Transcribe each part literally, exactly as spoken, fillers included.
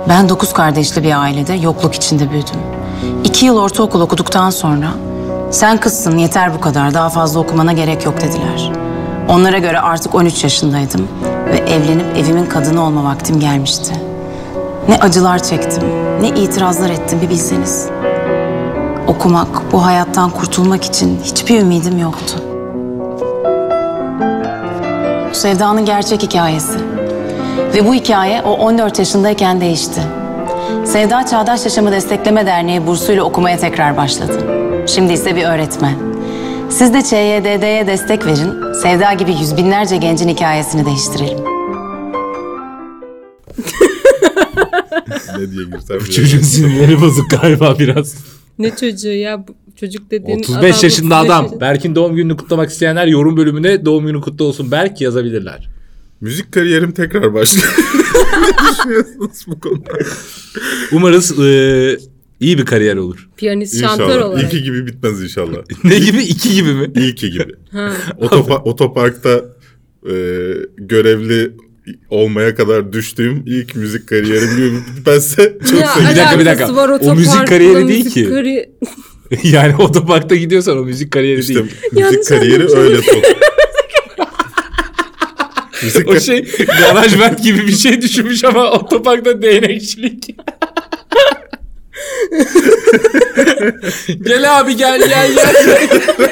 Ben dokuz kardeşli bir ailede yokluk içinde büyüdüm. İki yıl ortaokul okuduktan sonra sen kızsın yeter bu kadar daha fazla okumana gerek yok dediler. Onlara göre artık on üç yaşındaydım ve evlenip evimin kadını olma vaktim gelmişti. Ne acılar çektim, ne itirazlar ettim bir bilseniz. Okumak, bu hayattan kurtulmak için hiçbir ümidim yoktu. Bu Sevda'nın gerçek hikayesi. Ve bu hikaye o on dört yaşındayken değişti. Sevda Çağdaş Yaşamı Destekleme Derneği bursuyla okumaya tekrar başladı. Şimdi ise bir öğretmen. Siz de Ç Y D D'ye destek verin. Sevda gibi yüz binlerce gencin hikayesini değiştirelim. Ne diye girsem. Çocuğun sinirleri bozuk galiba biraz. Ne çocuğu ya? Bu çocuk dediğin otuz beş adam, yaşında otuz beş adam. yaşında. Berk'in doğum gününü kutlamak isteyenler yorum bölümüne doğum günü kutlu olsun Berk yazabilirler. Müzik kariyerim tekrar başlıyor. Ne düşünüyorsunuz bu konuda? Umarız e, iyi bir kariyer olur. Piyanist, şantör İnşallah. olarak. İlki gibi bitmez inşallah. Ne gibi? İki gibi mi? İlki gibi. Otopa- otoparkta e, görevli olmaya kadar düştüğüm ilk müzik kariyerim gibi bitmezse çok Ya, sevinirim. Bir dakika, bir dakika. alakası var O otoparkla, müzik kariyeri değil müzik ki. kari- Yani otoparkta gidiyorsan o müzik kariyeri İşte değil. müzik Yanlış kariyeri anlamışım. öyle son. Müzik O kar- şey garaj band gibi bir şey düşünmüş ama otoparkta değnekçilik. Gel abi gel gel gel.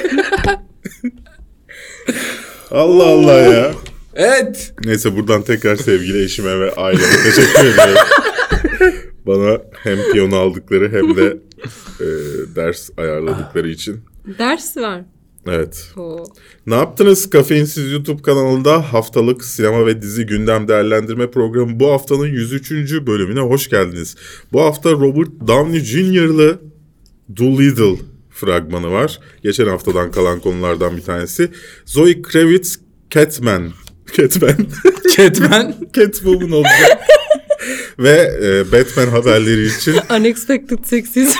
Allah Allah ya. Evet. Neyse buradan tekrar sevgili eşime ve aileme teşekkür ediyorum. Bana hem piyano aldıkları hem de e, ders ayarladıkları için. Ders var. Evet. Oo. Ne yaptınız? Kafeinsiz YouTube kanalında haftalık sinema ve dizi gündem değerlendirme programı bu haftanın yüz üçüncü bölümüne hoş geldiniz. Bu hafta Robert Downey Junior'lı Dolittle fragmanı var. Geçen haftadan kalan konulardan bir tanesi. Zoe Kravitz Catman. Catman. Catman. Catwoman olacak. Ve e, Batman haberleri için Unexpected sexism.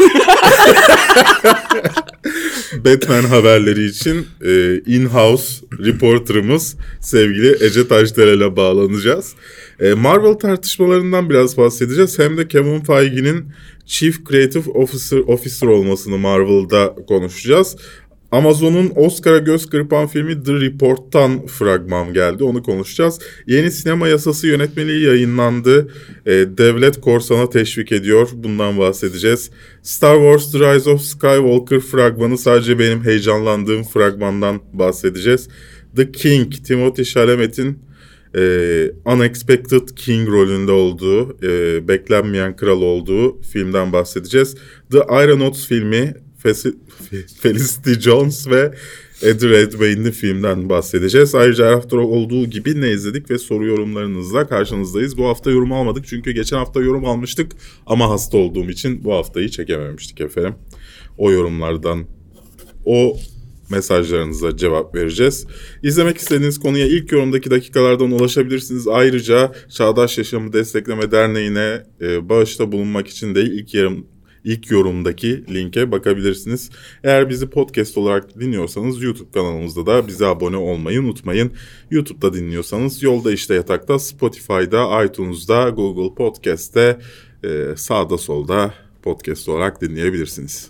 Batman haberleri için e, in-house reporterımız sevgili Ece Taşdere'yle bağlanacağız. E, Marvel tartışmalarından biraz bahsedeceğiz. Hem de Kevin Feige'nin Chief Creative Officer, Officer olmasını Marvel'da konuşacağız. Amazon'un Oscar'a göz kırpan filmi The Report'tan fragman geldi. Onu konuşacağız. Yeni sinema yasası yönetmeliği yayınlandı. E, devlet korsana teşvik ediyor. Bundan bahsedeceğiz. Star Wars The Rise of Skywalker fragmanı sadece benim heyecanlandığım fragmandan bahsedeceğiz. The King, Timothée Chalamet'in e, Unexpected King rolünde olduğu, e, beklenmeyen kral olduğu filmden bahsedeceğiz. The Aeronauts filmi, Felicity Jones ve Eddie Redmayne'li filmden bahsedeceğiz. Ayrıca her hafta olduğu gibi ne izledik ve soru yorumlarınızla karşınızdayız. Bu hafta yorum almadık çünkü geçen hafta yorum almıştık ama hasta olduğum için bu haftayı çekememiştik efendim. O yorumlardan, o mesajlarınıza cevap vereceğiz. İzlemek istediğiniz konuya ilk yorumdaki dakikalardan ulaşabilirsiniz. Ayrıca Çağdaş Yaşamı Destekleme Derneği'ne e, bağışta bulunmak için de ilk yarım İlk yorumdaki linke bakabilirsiniz. Eğer bizi podcast olarak dinliyorsanız YouTube kanalımızda da bize abone olmayı unutmayın. YouTube'da dinliyorsanız Yolda İşte Yatak'ta, Spotify'da, iTunes'da, Google Podcast'te, e, sağda solda podcast olarak dinleyebilirsiniz.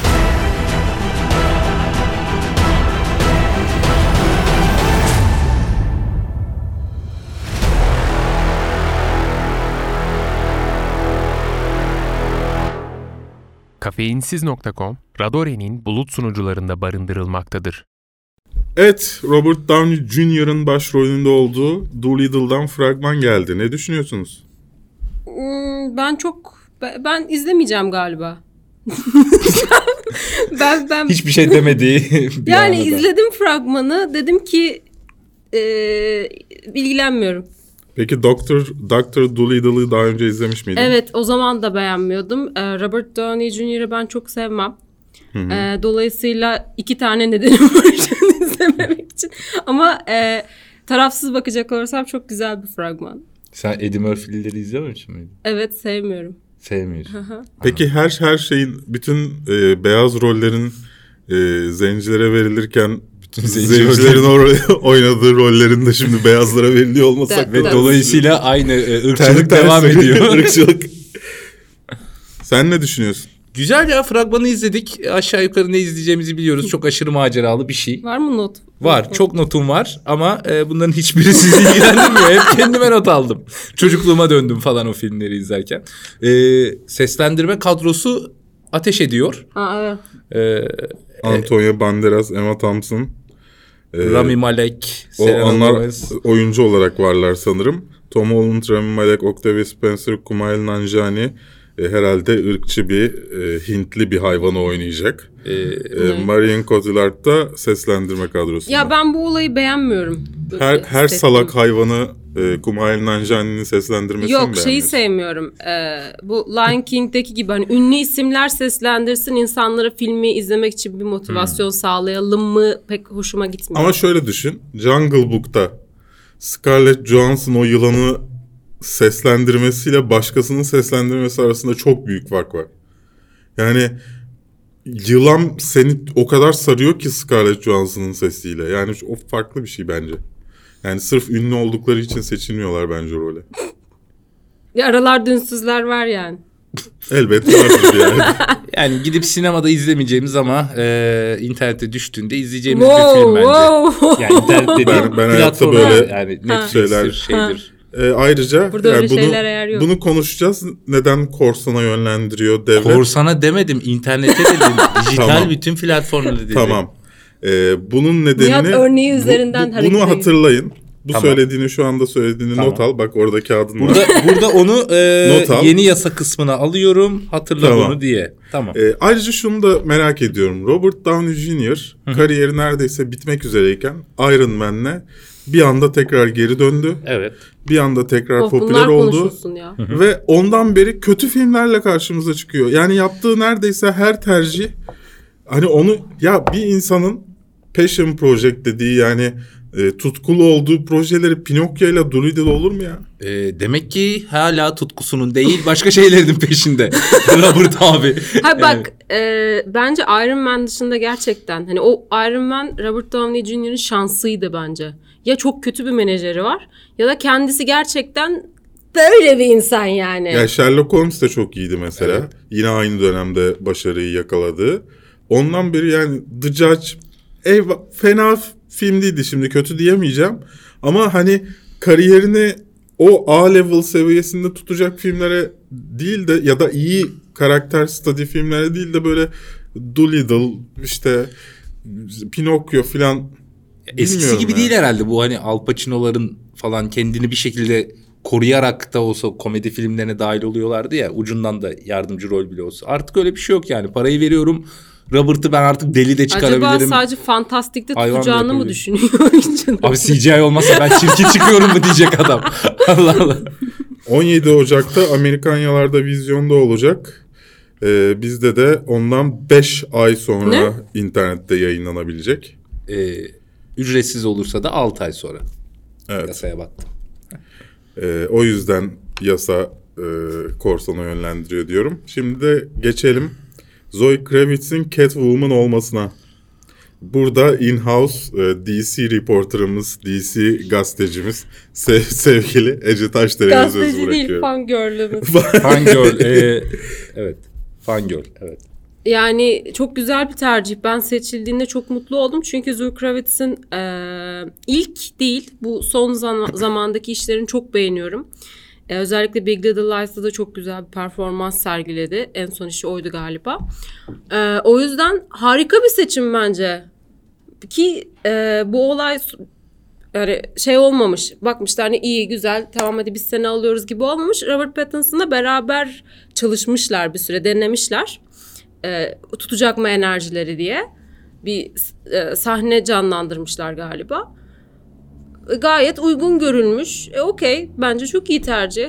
Kafeinsiz nokta com, Radore'nin bulut sunucularında barındırılmaktadır. Evet, Robert Downey Junior'ın başrolünde olduğu Dolittle'dan fragman geldi. Ne düşünüyorsunuz? Hmm, ben çok... Ben, ben izlemeyeceğim galiba. ben ben Hiçbir şey demedi. Yani izledim fragmanı. Dedim ki e, ilgilenmiyorum. Peki Doktor Doktor Dolittle'ı daha önce izlemiş miydin? Evet, o zaman da beğenmiyordum. Ee, Robert Downey Junior'ı ben çok sevmem. Ee, dolayısıyla iki tane nedenim var izlememek için. Ama e, tarafsız bakacak olursam çok güzel bir fragman. Sen Eddie Murphy'lileri izlememiş miydin? Evet, sevmiyorum. Sevmiyorsun. Peki her her şeyin, bütün e, beyaz rollerin e, zencilere verilirken bütün zencilerin or- oynadığı rollerin de şimdi beyazlara veriliyor olmasak De- ve de- dolayısıyla aynı e, ırkçılık Ter- devam tersi- ediyor. Irkçılık Sen ne düşünüyorsun? Güzel ya, fragmanı izledik. Aşağı yukarı ne izleyeceğimizi biliyoruz. Çok aşırı maceralı bir şey. Var mı not? Var. Not. Çok notum var ama e, bunların hiçbiri sizi ilgilendirmiyor. Hep kendime not aldım. Çocukluğuma döndüm falan o filmleri izlerken. E, seslendirme kadrosu ateş ediyor. Aa, evet. E, Antonio Banderas, Emma Thompson. e, Rami Malek, O Selena onlar Gomez. oyuncu olarak varlar sanırım. Tom Holland, Rami Malek, Octavia Spencer, Kumail Nanjiani e, herhalde ırkçı bir e, Hintli bir hayvanı oynayacak. E, E, Marion Cotillard da seslendirme kadrosunda. Ya ben bu olayı beğenmiyorum. her her Hissettim. salak hayvanı e, Kumail Nanjiani'nin seslendirmesini Yok, beğenmiyorsun. şeyi sevmiyorum. Ee, bu Lion King'deki gibi hani ünlü isimler seslendirsin, insanlara filmi izlemek için bir motivasyon sağlayalım mı pek hoşuma gitmiyor. Ama şöyle düşün. Jungle Book'ta Scarlett Johansson o yılanı seslendirmesiyle başkasının seslendirmesi arasında çok büyük fark var. Yani yılan seni o kadar sarıyor ki Scarlett Johansson'ın sesiyle. Yani o farklı bir şey bence. Yani sırf ünlü oldukları için seçilmiyorlar bence role. Ya aralarda ünsüzler var yani. Elbet vardır yani. Yani gidip sinemada izlemeyeceğimiz ama e, internette düştüğünde izleyeceğimiz bir Wow, film bence. wow. Yani internet dediğim Ben- ben hayatta platformlar, böyle yani şeyler- Netflix'tir, şeydir. E, ayrıca Burada yani öyle bunu, şeyler eğer yok. bunu konuşacağız. Neden korsana yönlendiriyor devlet? Korsana demedim, internete dedim. Dijital Tamam. bütün platformları dedim. Tamam. Ee, bunun nedenini... Nihat örneği üzerinden hareket Bunu edin. hatırlayın. Bu Tamam. söylediğini şu anda söylediğini Tamam. not al. Bak orada kağıdın var. Burada burada onu e, Not al. yeni yasa kısmına alıyorum. Hatırla Tamam. bunu diye. Tamam. Ee, ayrıca şunu da merak ediyorum. Robert Downey junior kariyeri neredeyse bitmek üzereyken Iron Man'le bir anda tekrar geri döndü. Evet. Bir anda tekrar Of, popüler bunlar oldu. konuşulsun ya. Ve ondan beri kötü filmlerle karşımıza çıkıyor. Yani yaptığı neredeyse her tercih hani onu ya bir insanın passion project dediği yani e, tutkulu olduğu projeleri Pinokyo ile Doolittle olur mu ya? E, demek ki hala tutkusunun değil başka şeylerin peşinde. Robert abi. Ha bak e, bence Iron Man dışında gerçekten hani o Iron Man Robert Downey junior'ın şansıydı bence. Ya çok kötü bir menajeri var ya da kendisi gerçekten böyle bir insan yani. Ya Sherlock Holmes de çok iyiydi mesela. Evet. Yine aynı dönemde başarıyı yakaladı. Ondan beri yani The Judge eyvah, fena f- film değildi, şimdi kötü diyemeyeceğim. Ama hani kariyerini o A-level seviyesinde tutacak filmlere değil de ya da iyi karakter study filmlere değil de böyle Doolittle işte Pinokyo filan Eskisi bilmiyorum gibi ya. değil herhalde bu, hani Al Pacino'ların falan kendini bir şekilde koruyarak da olsa komedi filmlerine dahil oluyorlardı ya, ucundan da yardımcı rol bile olsa. Artık öyle bir şey yok yani. Parayı veriyorum. Robert'ı ben artık deli de çıkarabilirim. Acaba sadece fantastikte Hayvan tutacağını mı yapabilirim. düşünüyor oyuncunun? Abi C G I olmasa ben çirkin çıkıyorum mu diyecek adam. Allah Allah. on yedi Ocak'ta Amerikanyalarda vizyonda olacak. Ee, bizde de ondan beş ay sonra Ne? internette yayınlanabilecek. Ee, ücretsiz olursa da altı ay sonra. Evet. Yasaya baktım. Ee, o yüzden yasa e, korsanı yönlendiriyor diyorum. Şimdi de geçelim Zoe Kravitz'in Catwoman olmasına. Burada in-house e, D C reporterımız, D C gazetecimiz sev- sevgili Ece Taşderen'e söz Gazeteci değil, bırakıyorum. fangirl'ümüz. Fangirl. e, evet. Fangirl. Evet. Yani çok güzel bir tercih. Ben seçildiğinde çok mutlu oldum. Çünkü Zoe Kravitz'in eee, ilk değil, bu son zam- zamandaki işlerini çok beğeniyorum. Eee, özellikle Big Little Lies'ta da çok güzel bir performans sergiledi. En son işi oydu galiba. Eee, o yüzden harika bir seçim bence. Ki eee, bu olay yani şey olmamış. Bakmışlar hani iyi güzel tamam hadi biz seni alıyoruz gibi olmamış. Robert Pattinson'la beraber çalışmışlar bir süre, denemişler. E, tutacak mı enerjileri diye bir e, sahne canlandırmışlar galiba. E, gayet uygun görülmüş. E, Okey, bence çok iyi tercih.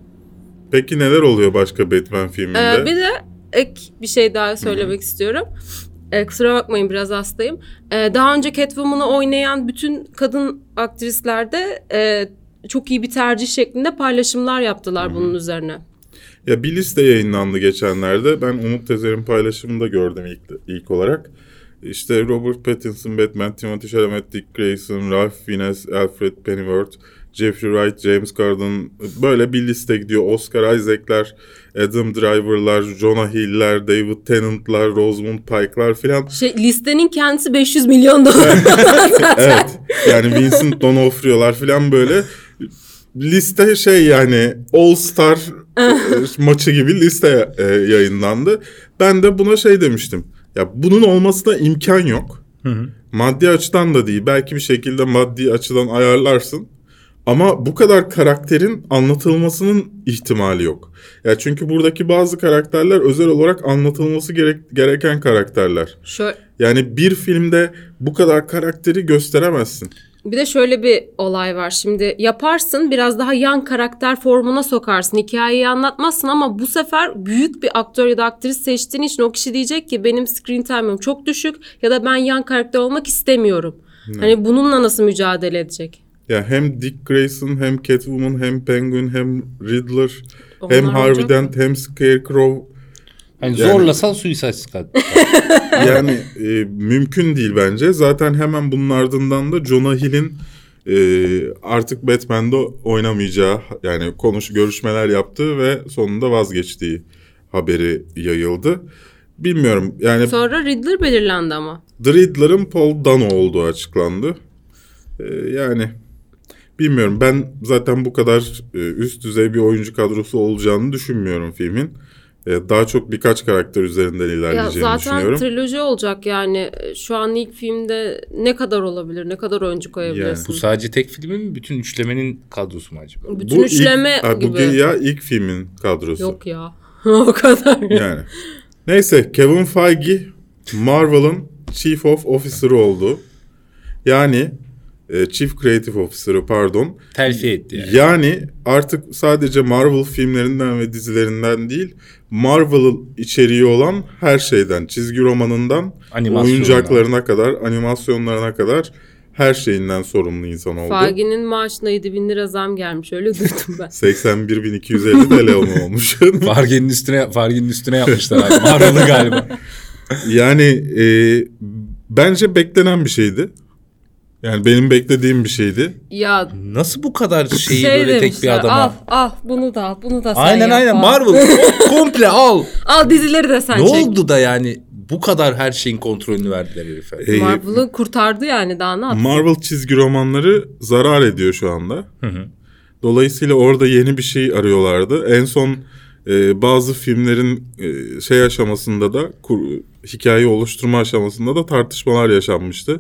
Peki neler oluyor başka Batman filminde? E, bir de ek bir şey daha söylemek istiyorum. E, kusura bakmayın biraz hastayım. E, daha önce Catwoman'ı oynayan bütün kadın aktrisler de e, çok iyi bir tercih şeklinde paylaşımlar yaptılar bunun üzerine. Ya bir liste yayınlandı geçenlerde. Ben Umut Tezer'in paylaşımını da gördüm ilk, ilk olarak. İşte Robert Pattinson Batman, Timothée Chalamet, Dick Grayson, Ralph Fiennes, Alfred Pennyworth, Jeffrey Wright, James Corden, böyle bir liste gidiyor. Oscar Isaac'ler, Adam Driver'lar, Jonah Hill'ler, David Tennant'lar, Rosamund Pike'lar filan. Şey, listenin kendisi beş yüz milyon dolar zaten. Evet. Yani Vincent D'Onofrio'lar filan böyle. Liste şey yani All Star maçı gibi liste e, yayınlandı. Ben de buna şey demiştim. Ya bunun olmasına imkan yok. Hı hı. Maddi açıdan da değil. Belki bir şekilde maddi açıdan ayarlarsın. Ama bu kadar karakterin anlatılmasının ihtimali yok. Ya çünkü buradaki bazı karakterler özel olarak anlatılması gerek, gereken karakterler. Şöyle... Yani bir filmde bu kadar karakteri gösteremezsin. Bir de şöyle bir olay var. Şimdi yaparsın, biraz daha yan karakter formuna sokarsın. Hikayeyi anlatmazsın ama bu sefer büyük bir aktör ya da aktris seçtiğin için o kişi diyecek ki benim screen time'ım çok düşük ya da ben yan karakter olmak istemiyorum. Hmm. Hani bununla nasıl mücadele edecek? Ya hem Dick Grayson hem Catwoman hem Penguin hem Riddler Onlar hem Harvey Dent hem Scarecrow. Yani, yani zorlasan Suicide Squad. Yani e, mümkün değil bence. Zaten hemen bunun ardından da Jonah Hill'in e, artık Batman'de oynamayacağı, yani konuş görüşmeler yaptığı ve sonunda vazgeçtiği haberi yayıldı. Bilmiyorum yani. Sonra Riddler belirlendi ama. The Riddler'ın Paul Dano olduğu açıklandı. E, yani bilmiyorum, ben zaten bu kadar e, üst düzey bir oyuncu kadrosu olacağını düşünmüyorum filmin. Daha çok birkaç karakter üzerinden ilerleyeceğini ya zaten düşünüyorum. Zaten triloji olacak yani. Şu an ilk filmde ne kadar olabilir? Ne kadar oyuncu koyabilirsin? Yani. Bu sadece tek filmin mi? Bütün üçlemenin kadrosu mu acaba? Bütün bu üçleme ilk, gibi. Bu ya ilk filmin kadrosu. Yok ya. O kadar. Yani. Neyse, Kevin Feige Marvel'ın Chief of Officer'ı oldu. Yani Chief Creative Officer'ı pardon. Terfi etti yani. Yani artık sadece Marvel filmlerinden ve dizilerinden değil, Marvel içeriği olan her şeyden, çizgi romanından oyuncaklarına kadar, animasyonlarına kadar her şeyinden sorumlu insan oldu. Feige'nin maaşına yedi bin lira zam gelmiş, öyle duydum ben. seksen bir bin iki yüz elli T L olmuş. Feige'nin üstüne, Feige'nin üstüne yapmışlar abi. Marvel'ı galiba. Yani e, bence beklenen bir şeydi. Yani benim beklediğim bir şeydi. Ya nasıl bu kadar şeyi şey böyle demişler, tek bir adama? Al al bunu da al, bunu da sen aynen, yap. Aynen aynen Marvel komple al. Al dizileri de sen ne çek. Ne oldu da yani bu kadar her şeyin kontrolünü verdiler herife? Ee, Marvel'ı kurtardı yani, daha ne yapsın? Marvel çizgi romanları zarar ediyor şu anda. Hı hı. Dolayısıyla orada yeni bir şey arıyorlardı. En son e, bazı filmlerin e, şey aşamasında da kur, hikaye oluşturma aşamasında da tartışmalar yaşanmıştı.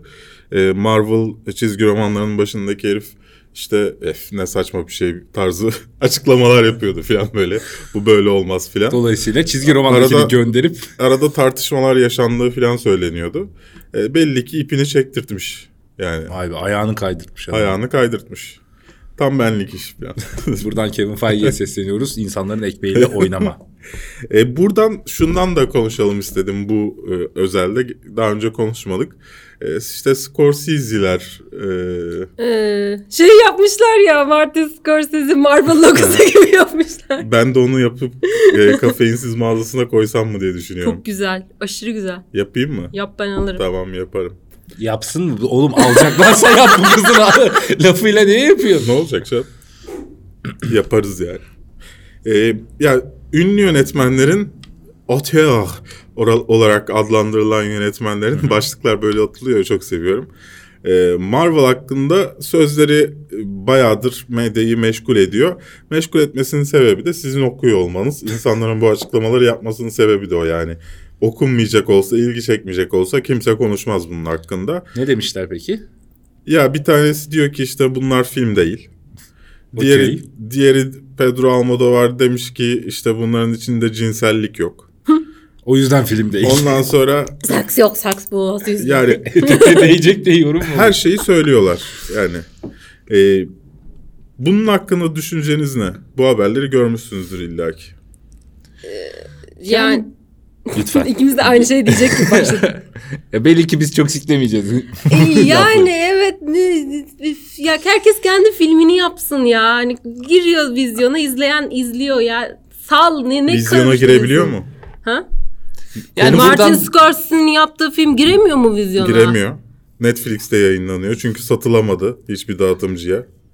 Marvel çizgi romanlarının başındaki herif işte ne saçma bir şey tarzı açıklamalar yapıyordu falan böyle. Bu böyle olmaz falan. Dolayısıyla çizgi romandakini gönderip. Arada tartışmalar yaşandığı falan söyleniyordu. E, belli ki ipini çektirtmiş. Yani. Vay be, ayağını kaydırtmış. Adam. Ayağını kaydırtmış. Tam benlik iş falan. Buradan Kevin Feige'ye sesleniyoruz. İnsanların ekmeğiyle oynama. E, buradan şundan da konuşalım istedim bu e, özelde. Daha önce konuşmadık. E, işte Scorsese'ler. E, ee, şey yapmışlar ya, Martin Scorsese Marvel logosu gibi yapmışlar. Ben de onu yapıp e, kafeinsiz mağazasına koysam mı diye düşünüyorum. Çok güzel. Aşırı güzel. Yapayım mı? Yap, ben alırım. Tamam, yaparım. Yapsın mı? Oğlum alacaklarsa yap bu kızın lafıyla niye yapıyorsun? Ne olacak canım? Yaparız yani. Ee, ya ünlü yönetmenlerin auteur olarak adlandırılan yönetmenlerin başlıklar böyle atılıyor, çok seviyorum. Ee, Marvel hakkında sözleri bayağıdır medyayı meşgul ediyor. Meşgul etmesinin sebebi de sizin okuyor olmanız. İnsanların bu açıklamaları yapmasının sebebi de o yani. Okunmayacak olsa, ilgi çekmeyecek olsa kimse konuşmaz bunun hakkında. Ne demişler peki? Ya bir tanesi diyor ki işte bunlar film değil. Diğeri, okay. diğeri Pedro Almodovar demiş ki işte bunların içinde cinsellik yok. O yüzden film değil. Ondan sonra... Saks yok, saks bu. Yani... Değecek de yorum mu? Her şeyi söylüyorlar yani. Ee, bunun hakkında düşünceniz ne? Bu haberleri görmüşsünüzdür illaki. Ee, yani... Lütfen. İkimiz de aynı şey diyecek gibi başladık. Ya belli ki biz çok siklemeyeceğiz. Yani evet, ya herkes kendi filmini yapsın ya. Hani giriyor vizyona, izleyen izliyor ya. Sal ne ne vizyona girebiliyor mu? Ha? Yani Martin buradan... Scorsese'nin yaptığı film giremiyor mu vizyona? Giremiyor. Netflix'te yayınlanıyor çünkü satılamadı hiçbir dağıtımcıya.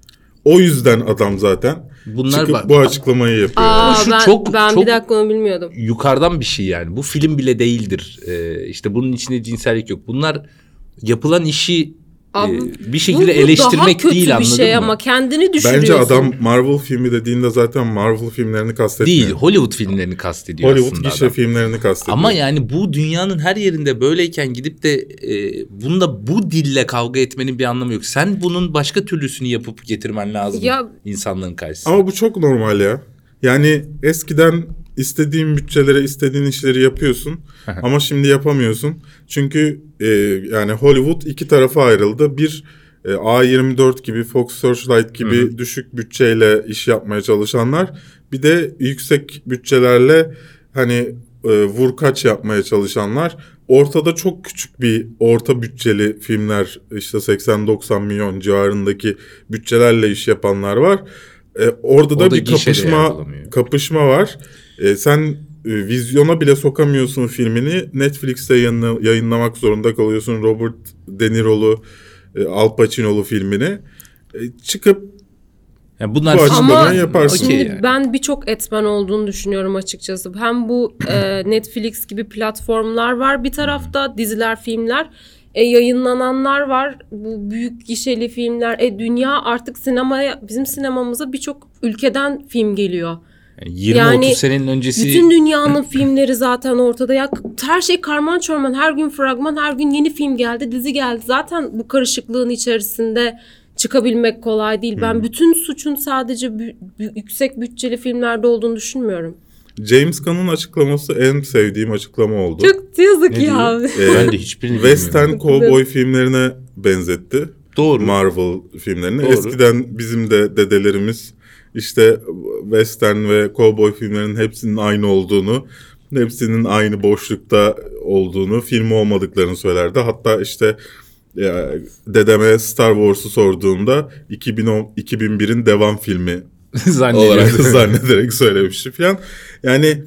o yüzden adam zaten Bunlar çıkıp bak- bu açıklamayı yapıyor. Aa, şu ben, çok- ben çok- bir dakika onu bilmiyordum. Yukarıdan bir şey yani. Bu film bile değildir. Ee, işte bunun içinde cinsellik yok. Bunlar yapılan işi Abi, e, bir şekilde bu, bu eleştirmek daha kötü değil, bir anladın şey mı? ama kendini düşürüyorsun. Bence adam Marvel filmi dediğinde zaten Marvel filmlerini kastetmiyor. Değil. Hollywood filmlerini kastediyor Hollywood aslında gişe adam. filmlerini kastediyor. Ama yani bu dünyanın her yerinde böyleyken gidip de e, bunda bu dille kavga etmenin bir anlamı yok. Sen bunun başka türlüsünü yapıp getirmen lazım Ya- insanlığın karşısına. Ama bu çok normal ya. Yani eskiden istediğin bütçelere istediğin işleri yapıyorsun ama şimdi yapamıyorsun. Çünkü e, yani Hollywood iki tarafa ayrıldı. Bir e, A yirmi dört gibi, Fox Searchlight gibi Hı-hı. düşük bütçeyle iş yapmaya çalışanlar. Bir de yüksek bütçelerle hani e, vurkaç yapmaya çalışanlar. Ortada çok küçük bir orta bütçeli filmler, işte seksen doksan milyon civarındaki bütçelerle iş yapanlar var. E, orada da O da bir gişede kapışma yargılamıyor. kapışma var. E, sen e, vizyona bile sokamıyorsun filmini. Netflix'te yayınla, yayınlamak zorunda kalıyorsun Robert De Niro'lu, e, Al Pacino'lu filmini. E, çıkıp Yani bunlar Bu açıklamayı Ama yaparsın. okey şimdi yani. ben birçok etmen olduğunu düşünüyorum açıkçası. Hem bu e, Netflix gibi platformlar var bir tarafta, diziler, filmler. E, yayınlananlar var. Bu büyük gişeli filmler. E, dünya artık sinemaya, bizim sinemamıza birçok ülkeden film geliyor. Yani yirmi Yani otuz senenin öncesi Bütün dünyanın filmleri zaten ortada. Ya her şey karman çorman. Her gün fragman, her gün yeni film geldi, dizi geldi. Zaten bu karışıklığın içerisinde çıkabilmek kolay değil. Ben bütün suçun sadece bü- bü- yüksek bütçeli filmlerde olduğunu düşünmüyorum. James Gunn'ın açıklaması en sevdiğim açıklama oldu. Çok yazık Ne ya. E, ben de hiçbirini Western bilmiyorum. Cowboy filmlerine benzetti. Doğru. Marvel filmlerini. Doğru. Eskiden bizim de dedelerimiz işte western ve cowboy filmlerinin hepsinin aynı olduğunu, hepsinin aynı boşlukta olduğunu, film olmadıklarını söylerdi. Hatta işte ya, dedeme Star Wars'u sorduğumda iki bin on, iki bin birin devam filmi olarak zannederek söylemişti falan. Yani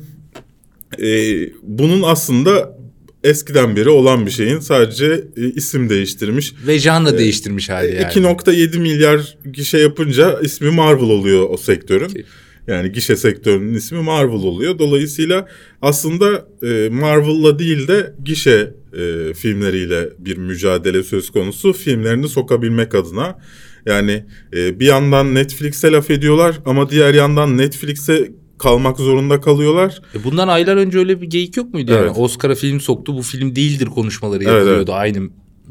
e, bunun aslında eskiden beri olan bir şeyin sadece e, isim değiştirmiş. Ve janra değiştirmiş hali yani. iki nokta yedi milyar gişe yapınca ismi Marvel oluyor o sektörün. Yani gişe sektörünün ismi Marvel oluyor. Dolayısıyla aslında e, Marvel'la değil de gişe e, filmleriyle bir mücadele söz konusu. Filmlerini sokabilmek adına. Yani e, bir yandan Netflix'e laf ediyorlar ama diğer yandan Netflix'e kalmak zorunda kalıyorlar. E bundan aylar önce öyle bir geyik yok muydu? Evet. Yani Oscar'a film soktu, bu film değildir konuşmaları Evet, yapılıyordu evet. aynı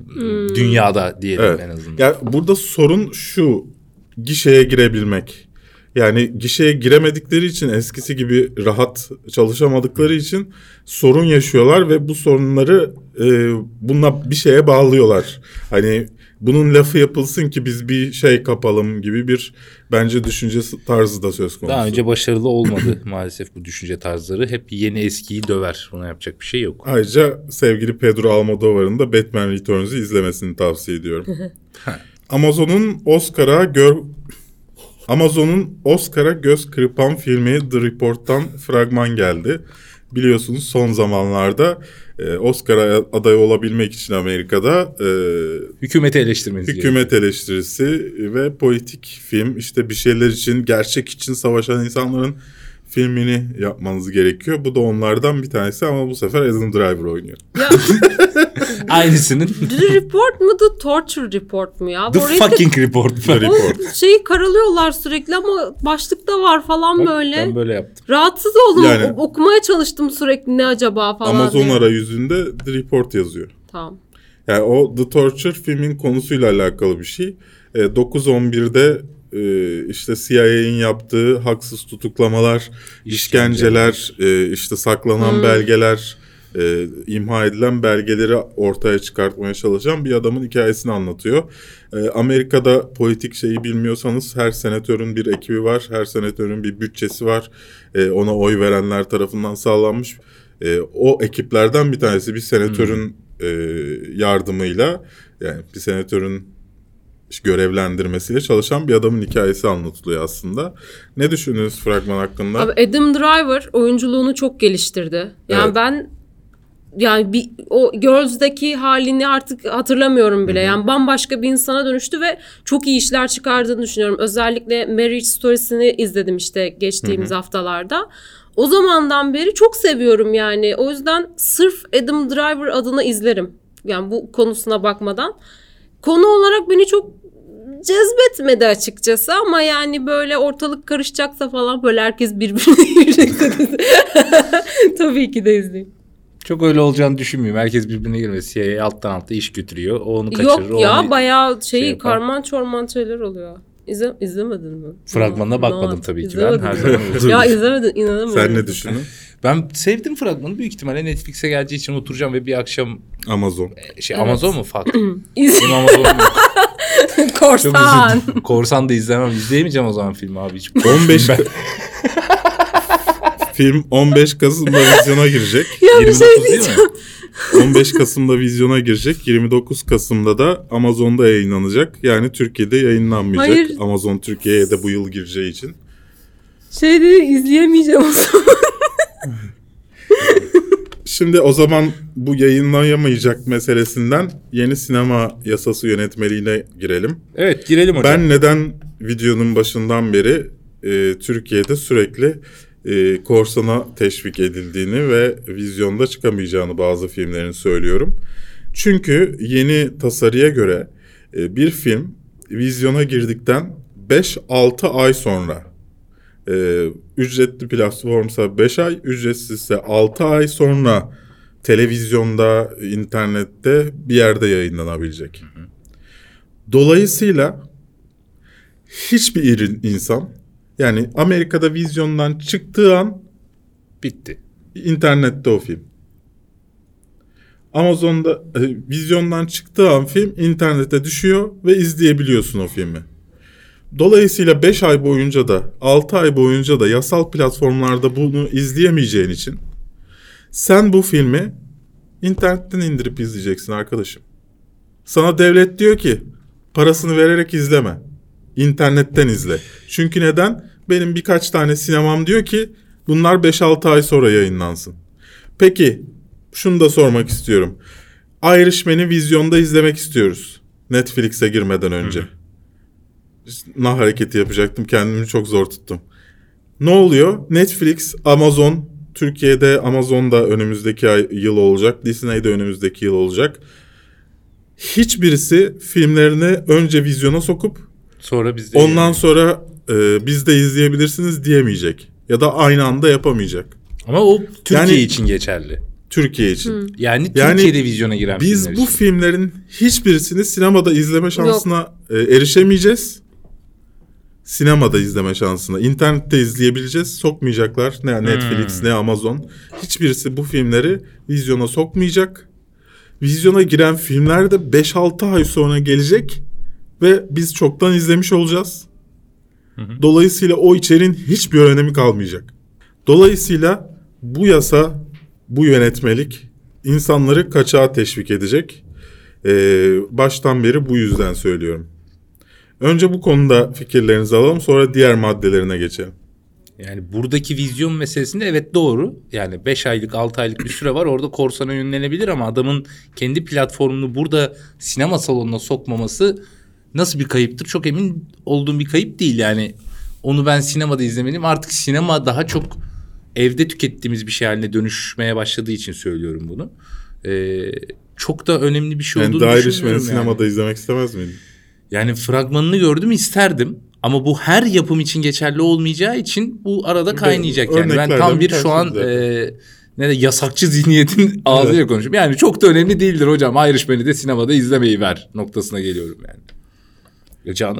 dünyada diyelim Evet. en azından. Ya burada sorun şu, gişeye girebilmek. Yani gişeye giremedikleri için, eskisi gibi rahat çalışamadıkları için sorun yaşıyorlar ve bu sorunları e, bununla bir şeye bağlıyorlar. Hani bunun lafı yapılsın ki biz bir şey kapalım gibi bir bence düşünce tarzı da söz konusu. Daha önce başarılı olmadı maalesef bu düşünce tarzları. Hep yeni eskiyi döver. Buna yapacak bir şey yok. Ayrıca sevgili Pedro Almodovar'ın da Batman Returns'ı izlemesini tavsiye ediyorum. Amazon'un Oscar'a gör Amazon'un Oscar'a göz kırpan filmi The Report'tan fragman geldi. Biliyorsunuz son zamanlarda e, Oscar'a aday olabilmek için Amerika'da e, Hükümeti eleştirmeniz gerekiyor. hükümet eleştirisi ve politik film, işte bir şeyler için, gerçek için savaşan insanların filmini yapmanız gerekiyor. Bu da onlardan bir tanesi ama bu sefer Adam Driver oynuyor. Ya, Aynısının The Report mu The Torture Report mu ya? The Orayı- fucking report. The Report. O şeyi karalıyorlar sürekli ama başlıkta var falan böyle. Ben böyle yaptım. Rahatsız oldum. Yani- O- okumaya çalıştım sürekli ne acaba falan Amazon diye. arayüzünde The Report yazıyor. Tamam. Yani o The Torture filmin konusuyla alakalı bir şey. E, dokuz on birde e, işte C I A'nin yaptığı haksız tutuklamalar, işkenceler, e, işte saklanan Hmm. belgeler, e, imha edilen belgeleri ortaya çıkartmaya çalışan bir adamın hikayesini anlatıyor. E, Amerika'da politik şeyi bilmiyorsanız her senatörün bir ekibi var, her senatörün bir bütçesi var. E, ona oy verenler tarafından sağlanmış. E, o ekiplerden bir tanesi bir senatörün e, yardımıyla, yani bir senatörün görevlendirmesiyle çalışan bir adamın hikayesi anlatılıyor aslında. Ne düşünüyorsunuz fragman hakkında? Abi Adam Driver oyunculuğunu çok geliştirdi. Yani Evet. ben yani bir o Girls'daki halini artık hatırlamıyorum bile. Yani bambaşka bir insana dönüştü ve çok iyi işler çıkardığını düşünüyorum. Özellikle Marriage Stories'ini izledim işte geçtiğimiz Hı-hı. haftalarda. O zamandan beri çok seviyorum yani. O yüzden sırf Adam Driver adına izlerim. Yani bu konusuna bakmadan. Konu olarak beni çok cezbetmedi açıkçası ama yani böyle ortalık karışacaksa falan böyle herkes birbirine girecekse tabii ki de izleyeyim. Çok öyle olacağını düşünmüyorum. Herkes birbirine girmez. C I A alttan alta iş götürüyor. O onu kaçırır. Yok ya onu bayağı şey, şey karman çorman şeyler oluyor. İzle, izlemedin mi? Fragmanına bakmadım no, tabii ki izlemedim. ben. Her zaman ya izlemedin, inanamıyorum. Sen ne düşünün? Ben sevdim fragmanı. Büyük ihtimalle Netflix'e geleceği için oturacağım ve bir akşam Amazon. Şey Evet. Amazon mu? Fuck. İz- Benim Amazon'um yok. Korsan. Korsan da izlemem. İzleyemeyeceğim o zaman filmi abi. Hiç. on beş Film on beş Kasım'da vizyona girecek. Ya bir şey yirmi dokuz değil diyeceğim. mi? on beş Kasım'da vizyona girecek. yirmi dokuz Kasım'da da Amazon'da yayınlanacak. Yani Türkiye'de yayınlanmayacak. Hayır. Amazon Türkiye'ye de bu yıl gireceği için. Şey de izleyemeyeceğim o zaman. Şimdi o zaman bu yayınlanamayacak meselesinden yeni sinema yasası yönetmeliğine girelim. Evet girelim hocam. Ben neden videonun başından beri e, Türkiye'de sürekli e, korsana teşvik edildiğini ve vizyonda çıkamayacağını bazı filmlerin söylüyorum. Çünkü yeni tasarıya göre e, bir film vizyona girdikten beş altı ay sonra, e, ücretli platformsa beş ay, ücretsizse altı ay sonra televizyonda, internette bir yerde yayınlanabilecek. Hı hı. Dolayısıyla hiçbir insan, yani Amerika'da vizyondan çıktığı an bitti. İnternette o film. Amazon'da e, vizyondan çıktığı an film internete düşüyor ve izleyebiliyorsun o filmi. Dolayısıyla beş ay boyunca da altı ay boyunca da yasal platformlarda bunu izleyemeyeceğin için sen bu filmi internetten indirip izleyeceksin arkadaşım. Sana devlet diyor ki parasını vererek izleme. İnternetten izle. Çünkü neden? Benim birkaç tane sinemam diyor ki bunlar beş altı ay sonra yayınlansın. Peki şunu da sormak istiyorum. Irishman'i vizyonda izlemek istiyoruz. Netflix'e girmeden önce. Hı. Nah hareketi yapacaktım. Kendimi çok zor tuttum. Ne oluyor? Netflix, Amazon, Türkiye'de Amazon'da önümüzdeki ay, yıl olacak. Disney'de önümüzdeki yıl olacak. Hiçbirisi filmlerini önce vizyona sokup sonra bizde ondan yani. sonra e, biz de izleyebilirsiniz diyemeyecek. Ya da aynı anda yapamayacak. Ama o Türkiye yani, için geçerli. Türkiye için. Hı. Yani, yani Türkiye'de vizyona giren biz filmler bu için. filmlerin hiçbirisini sinemada izleme şansına e, erişemeyeceğiz. Sinemada izleme şansına. İnternette izleyebileceğiz. Sokmayacaklar. Ne Netflix hmm. ne Amazon. Hiçbirisi bu filmleri vizyona sokmayacak. Vizyona giren filmler de beş altı ay sonra gelecek ve biz çoktan izlemiş olacağız. Hı hı. Dolayısıyla o içeriğin hiçbir önemi kalmayacak. Dolayısıyla bu yasa, bu yönetmelik insanları kaçağa teşvik edecek. Ee, baştan beri bu yüzden söylüyorum. Önce bu konuda fikirlerinizi alalım, sonra diğer maddelerine geçelim. Yani buradaki vizyon meselesinde evet doğru. Yani beş aylık altı aylık bir süre var. Orada korsana yönlenebilir ama adamın kendi platformunu burada sinema salonuna sokmaması nasıl bir kayıptır? Çok emin olduğum bir kayıp değil. Yani onu ben sinemada izlemeliyim. Artık sinema daha çok evde tükettiğimiz bir şey haline dönüşmeye başladığı için söylüyorum bunu. Ee, çok da önemli bir şey yani olduğunu düşünüyorum. Yani sinemada yani. izlemek istemez miydin? Yani fragmanını gördüm, isterdim. Ama bu her yapım için geçerli olmayacağı için bu arada kaynayacak. Yani ben tam bir şu an e, ne de yasakçı zihniyetin ağzıyla evet. konuşuyorum. Yani çok da önemli değildir hocam. Irishman'i de sinemada izlemeyi ver noktasına geliyorum yani. Ya canım.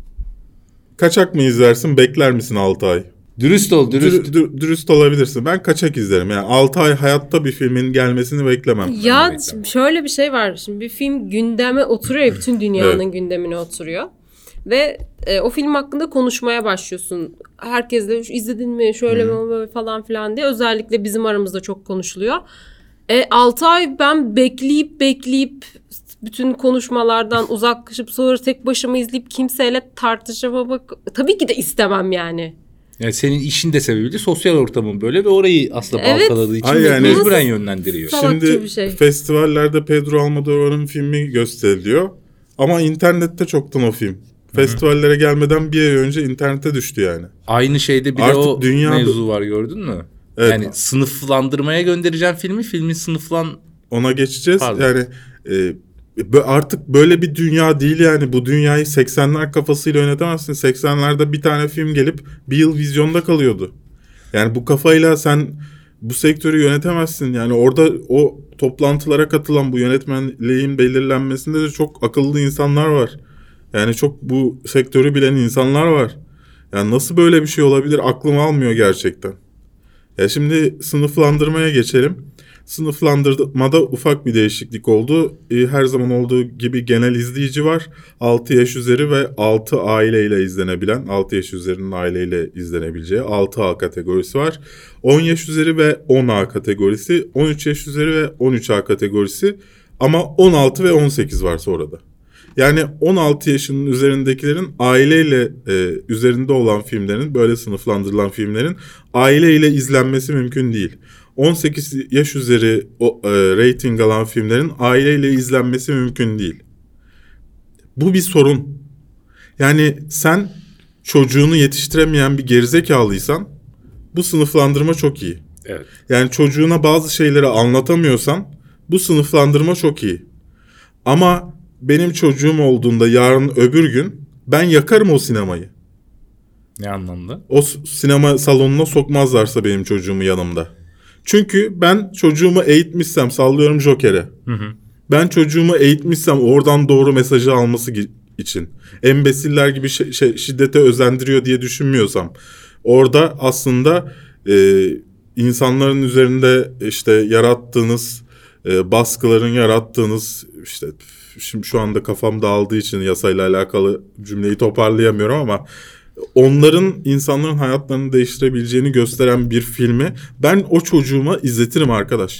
Kaçak mı izlersin, bekler misin altı ay? Dürüst ol, dürüst. Dür, dür, dürüst olabilirsin. Ben kaçak izlerim. Yani altı ay hayatta bir filmin gelmesini beklemem. Ya beklemem. Şöyle bir şey var. Şimdi bir film gündeme oturuyor. Bütün dünyanın evet. gündemine oturuyor. Ve e, o film hakkında konuşmaya başlıyorsun. Herkesle izledin mi, şöyle hmm. mi falan filan diye. Özellikle bizim aramızda çok konuşuluyor. E, altı ay ben bekleyip bekleyip bütün konuşmalardan uzaklaşıp sonra tek başıma izleyip kimseyle tartışmamak tabii ki de istemem yani. Yani senin işin de sebebiyle sosyal ortamın böyle ve orayı aslında Evet. baltaladığı için Ay yani- mecburen yönlendiriyor. Salakça Şimdi bir şey. festivallerde Pedro Almodovar'ın filmi gösteriliyor. Ama internette çoktan o film. Festivallere gelmeden bir ay önce internete düştü yani. Aynı şeyde bir Artık de o dünya- mevzu var, gördün mü? Evet. Yani sınıflandırmaya göndereceğim filmi, filmin sınıflan... Ona geçeceğiz. Pardon. Yani e, bö- artık böyle bir dünya değil yani. Bu dünyayı seksenler kafasıyla yönetemezsin. seksenlerde bir tane film gelip bir yıl vizyonda kalıyordu. Yani bu kafayla sen bu sektörü yönetemezsin. Yani orada o toplantılara katılan, bu yönetmenliğin belirlenmesinde de çok akıllı insanlar var. Yani çok bu sektörü bilen insanlar var. Yani nasıl böyle bir şey olabilir, aklım almıyor gerçekten. Ya şimdi sınıflandırmaya geçelim. Sınıflandırmada ufak bir değişiklik oldu. Ee, her zaman olduğu gibi genel izleyici var. altı yaş üzeri ve altı aileyle izlenebilen, altı yaş üzerinin aileyle izlenebileceği altı A kategorisi var. on yaş üzeri ve on A kategorisi, on üç yaş üzeri ve on üç A kategorisi, ama on altı ve on sekiz var sonra da. Yani on altı yaşının üzerindekilerin aileyle e, üzerinde olan filmlerin, böyle sınıflandırılan filmlerin aileyle izlenmesi mümkün değil. on sekiz yaş üzeri o, e, rating alan filmlerin aileyle izlenmesi mümkün değil. Bu bir sorun. Yani sen çocuğunu yetiştiremeyen bir gerizekalıysan bu sınıflandırma çok iyi. Evet. Yani çocuğuna bazı şeyleri anlatamıyorsan bu sınıflandırma çok iyi. Ama benim çocuğum olduğunda yarın öbür gün ben yakarım o sinemayı. Ne anlamda? O s- sinema salonuna sokmazlarsa benim çocuğumu yanımda. Çünkü ben çocuğumu eğitmişsem, sallıyorum Joker'e. Hı hı. Ben çocuğumu eğitmişsem oradan doğru mesajı alması gi- için, embesiller gibi şi- şi- şiddete özendiriyor diye düşünmüyorsam, orada aslında e, insanların üzerinde işte yarattığınız e, baskıların yarattığınız, işte şimdi şu anda kafam dağıldığı için yasayla alakalı cümleyi toparlayamıyorum, ama onların insanların hayatlarını değiştirebileceğini gösteren bir filmi ben o çocuğuma izletirim arkadaş.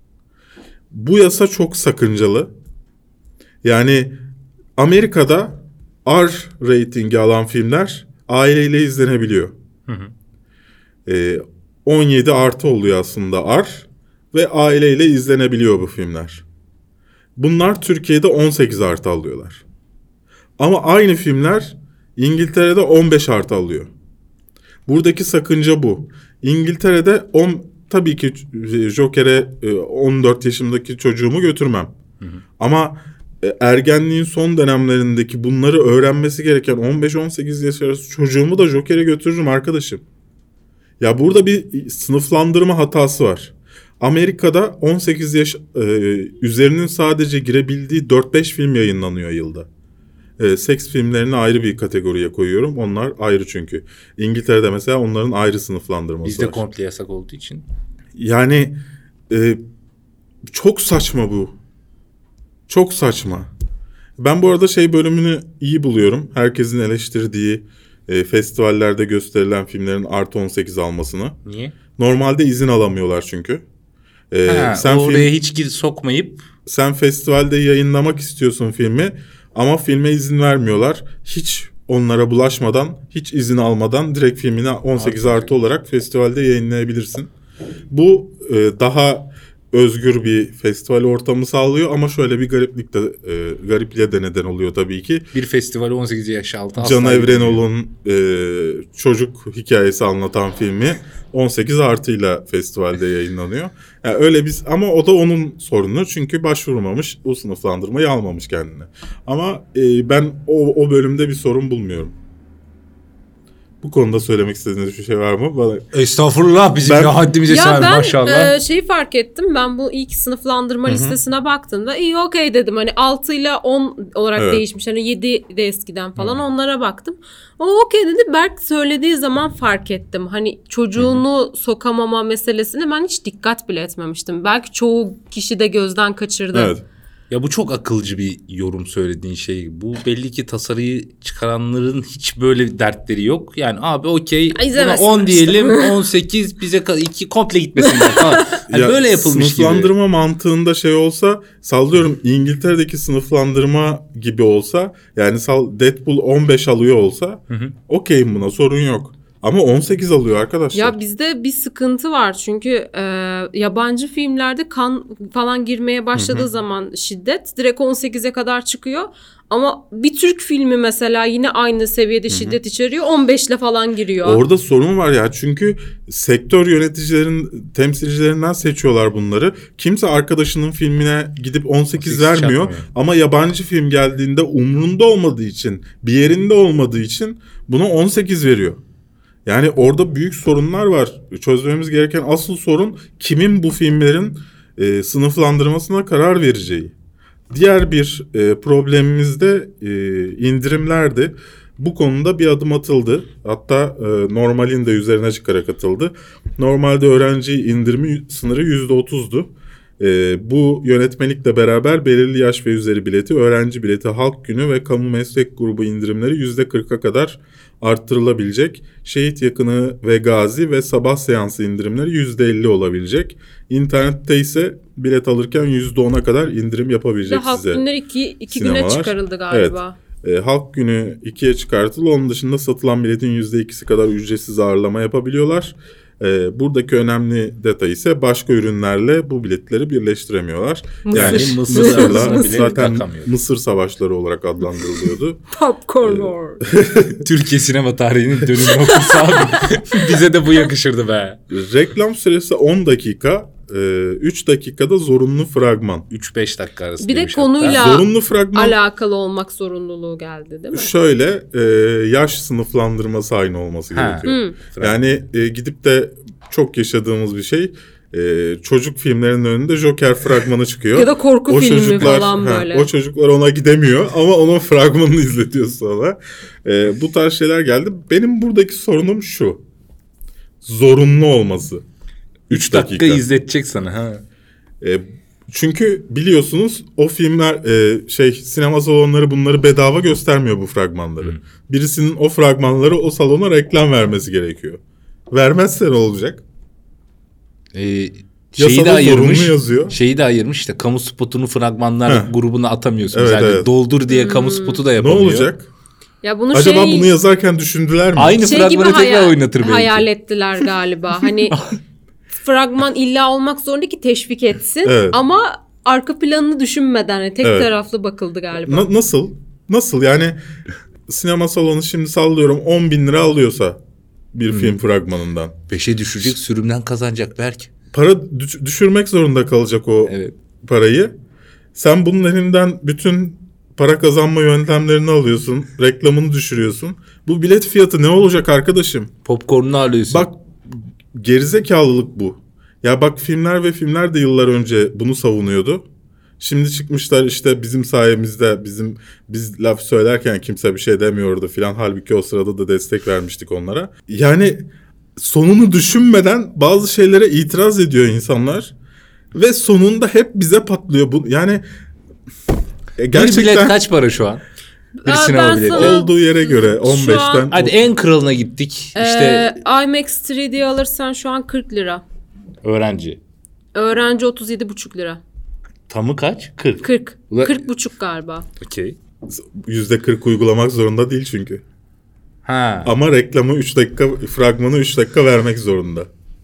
Bu yasa çok sakıncalı. Yani Amerika'da R ratingi alan filmler aileyle izlenebiliyor. Hı hı. Ee, on yedi artı oluyor aslında R ve aileyle izlenebiliyor bu filmler. Bunlar Türkiye'de on sekiz artı alıyorlar. Ama aynı filmler İngiltere'de on beş artı alıyor. Buradaki sakınca bu. İngiltere'de on, tabii ki Joker'e on dört yaşımdaki çocuğumu götürmem. Hı hı. Ama ergenliğin son dönemlerindeki bunları öğrenmesi gereken on beş on sekiz yaş arası çocuğumu da Joker'e götürürüm arkadaşım. Ya burada bir sınıflandırma hatası var. Amerika'da on sekiz yaş e, üzerinin sadece girebildiği dört beş film yayınlanıyor yılda. E, seks filmlerini ayrı bir kategoriye koyuyorum. Onlar ayrı çünkü. İngiltere'de mesela onların ayrı sınıflandırması Bizde var. komple yasak olduğu için. Yani e, çok saçma bu. Çok saçma. Ben bu arada şey bölümünü iyi buluyorum. Herkesin eleştirdiği e, festivallerde gösterilen filmlerin artı on sekiz almasını. Niye? Normalde izin alamıyorlar çünkü. E, Ha, sen oraya film, hiç gir sokmayıp sen festivalde yayınlamak istiyorsun filmi, ama filme izin vermiyorlar. Hiç onlara bulaşmadan, hiç izin almadan direkt filmini on sekiz artı olarak festivalde yayınlayabilirsin. Bu e, daha özgür bir festival ortamı sağlıyor, ama şöyle bir gariplik de e, garipliğe de neden oluyor tabii ki. bir festivali on sekiz yaş altı Can asla gidemiyor. Evrenol'un e, çocuk hikayesi anlatan filmi on sekiz artıyla festivalde yayınlanıyor. Yani öyle biz, ama o da onun sorunu, çünkü başvurmamış, o sınıflandırmayı almamış kendine. Ama e, ben o, o bölümde bir sorun bulmuyorum. Bu konuda söylemek istediğiniz bir şey var mı? Bana... Estağfurullah, bizim Ben- ya haddimize Ya sığar ben maşallah. e, şeyi fark ettim. Ben bu ilk sınıflandırma listesine baktığımda iyi okey dedim. Hani altı ile on olarak Evet. değişmiş. Hani yedi de eskiden falan onlara baktım. O okey dedi. Berk söylediği zaman fark ettim. Hani çocuğunu sokamama meselesine ben hiç dikkat bile etmemiştim. Belki çoğu kişi de gözden kaçırdı. Evet. Ya bu çok akılcı bir yorum söylediğin şey. Bu belli ki tasarıyı çıkaranların hiç böyle dertleri yok. Yani abi okey Ay, izlemezsin on işte. diyelim on sekiz bize ka- iki komple gitmesinler falan. Yani Ya, böyle yapılmış gibi. sınıflandırma mantığında şey olsa, sallıyorum İngiltere'deki sınıflandırma gibi olsa, yani sal Deadpool on beş alıyor olsa okeyim, buna sorun yok. Ama on sekiz alıyor arkadaşlar. Ya bizde bir sıkıntı var çünkü e, yabancı filmlerde kan falan girmeye başladığı zaman şiddet direkt on sekize kadar çıkıyor. Ama bir Türk filmi mesela yine aynı seviyede şiddet içeriyor, on beşle falan giriyor. Orada sorun var ya, çünkü sektör yöneticilerin temsilcilerinden seçiyorlar bunları. Kimse arkadaşının filmine gidip on sekiz vermiyor çakmıyor. ama yabancı film geldiğinde umrunda olmadığı için, bir yerinde olmadığı için buna on sekiz veriyor. Yani orada büyük sorunlar var. Çözmemiz gereken asıl sorun kimin bu filmlerin e, sınıflandırmasına karar vereceği. Diğer bir e, problemimiz de e, indirimlerdi. Bu konuda bir adım atıldı. Hatta e, normalin de üzerine çıkarak atıldı. Normalde öğrenci indirimi sınırı yüzde otuzdu. E, bu yönetmelikle beraber belirli yaş ve üzeri bileti, öğrenci bileti, halk günü ve kamu meslek grubu indirimleri yüzde kırka kadar arttırılabilecek. Şehit yakını ve gazi ve sabah seansı indirimleri yüzde elli olabilecek. İnternette ise bilet alırken yüzde ona kadar indirim yapabilecek Ve halk size. günleri iki, iki güne sinemalar. çıkarıldı galiba. Evet. E, halk günü ikiye çıkartıldı. Onun dışında satılan biletin yüzde ikisi kadar ücretsiz ağırlama yapabiliyorlar. E, buradaki önemli detay ise başka ürünlerle bu biletleri birleştiremiyorlar. Mısır. Yani Yani Mısır Mısır'la savaşına bile zaten takamıyor. Mısır savaşları olarak adlandırılıyordu. Popcorn War. Türkiye sinema tarihinin dönüm noktası abi. Bize de bu yakışırdı be. Reklam süresi on dakika. üç dakikada zorunlu fragman. üç beş dakika arası. Bir de demiş konuyla- hatta. Zorunlu fragman Alakalı olmak zorunluluğu geldi değil mi? şöyle e, yaş sınıflandırması aynı olması Ha. gerekiyor. Hı. Yani e, gidip de çok yaşadığımız bir şey. E, çocuk filmlerinin önünde Joker fragmanı çıkıyor. Ya da korku O filmi çocuklar, falan ha, böyle. o çocuklar ona gidemiyor ama onun fragmanını izletiyor sonra. E, bu tarz şeyler geldi. Benim buradaki sorunum şu. Zorunlu olması. üç dakika izletecek sana ha. E, çünkü biliyorsunuz o filmler e, şey sinema salonları bunları bedava göstermiyor bu fragmanları. Hı. Birisinin o fragmanları o salona reklam vermesi gerekiyor. Vermezse ne olacak? Ee, şeyi Yasada de ayırmış. zorunlu yazıyor. Şeyi de ayırmış işte kamu spotunu fragmanlar Heh. grubuna atamıyorsunuz. Evet, yani evet. doldur diye kamu spotu da Ne yapamıyor. olacak? Ya bunu Acaba şey, bunu yazarken düşündüler mi? Aynı şey gibi fragmanı tekrar hayal, oynatır belki. hayal ettiler galiba. Hani fragman illa olmak zorunda ki teşvik etsin. Evet. Ama arka planını düşünmeden hani tek Evet. taraflı bakıldı galiba. Na- nasıl? Nasıl? Yani sinema salonu şimdi sallıyorum on bin lira alıyorsa bir film fragmanından. Beşe düşecek, sürümden kazanacak belki. Para düş- düşürmek zorunda kalacak o Evet. parayı. Sen bunun elinden bütün para kazanma yöntemlerini alıyorsun. Reklamını düşürüyorsun. Bu bilet fiyatı ne olacak arkadaşım? Popcorn'unu alıyorsun. Bak gerizekalılık bu. Ya bak filmler ve filmler de yıllar önce bunu savunuyordu. Şimdi çıkmışlar işte bizim sayemizde bizim biz laf söylerken kimse bir şey demiyordu filan. Halbuki o sırada da destek vermiştik onlara. Yani sonunu düşünmeden bazı şeylere itiraz ediyor insanlar. Ve sonunda hep bize patlıyor. Bu, yani e, Bir gerçekten bilet kaç para şu an? Bir Aa, sinema ben bileti. sana- olduğu yere göre on beşten. an- Hadi en kralına gittik. İşte Ee, IMAX üç D alırsan şu an kırk lira. öğrenci. Öğrenci otuz yedi buçuk lira. Tamı kaç? kırk. kırk. Ula- kırk buçuk galiba. Okey. yüzde kırk uygulamak zorunda değil çünkü. Ha. Ama reklamı üç dakika, fragmanı üç dakika vermek zorunda.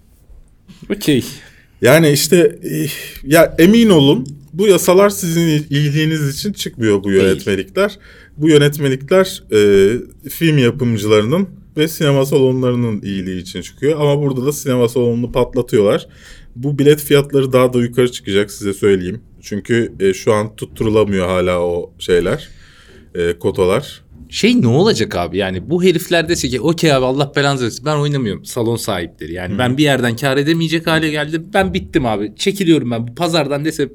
Okey. Yani işte eh, ya emin olun bu yasalar sizin iyiliğiniz için çıkmıyor bu yönetmelikler. Bu yönetmelikler e, film yapımcılarının ve sinema salonlarının iyiliği için çıkıyor. Ama burada da sinema salonunu patlatıyorlar. Bu bilet fiyatları daha da yukarı çıkacak size söyleyeyim. Çünkü e, şu an tutturulamıyor hala o şeyler, e, kotalar. Şey ne olacak abi yani bu herifler dese ki okey abi Allah belanızı versin ben oynamıyorum salon sahipleri yani Hı. ben bir yerden kar edemeyecek hale geldim ben bittim abi çekiliyorum ben bu pazardan dese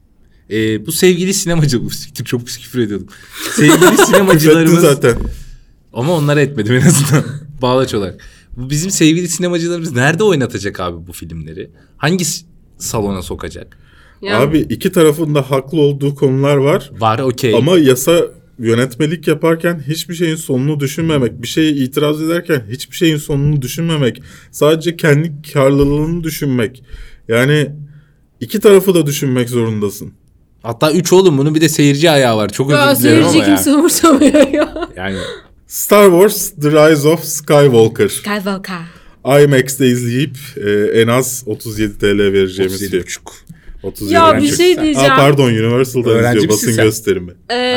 e, bu sevgili sinemacı bu siktir çok pis küfür ediyordum sevgili sinemacılarımız zaten. Ama onlara etmedim en azından bağlaç olarak bu bizim sevgili sinemacılarımız nerede oynatacak abi bu filmleri hangi salona sokacak Yani, Abi iki tarafın da haklı olduğu konular var. var okey Ama yasa yönetmelik yaparken hiçbir şeyin sonunu düşünmemek, bir şeye itiraz ederken hiçbir şeyin sonunu düşünmemek, sadece kendi karlılığını düşünmek. Yani iki tarafı da düşünmek zorundasın. hatta üç oğlum bunun bir de seyirci ayağı var çok özür ya, dilerim ama seyirci ya. kimse umursamıyor ya. Yani Star Wars The Rise of Skywalker. Skywalker. IMAX'te izleyip e, en az otuz yedi TL vereceğimiz otuz yedi film. buçuk. otuz Ya yedi bir buçuk. şey diyeceğim. Aa, pardon, Universal'da Öğrenci izliyor misin basın sen? gösterimi. Ee,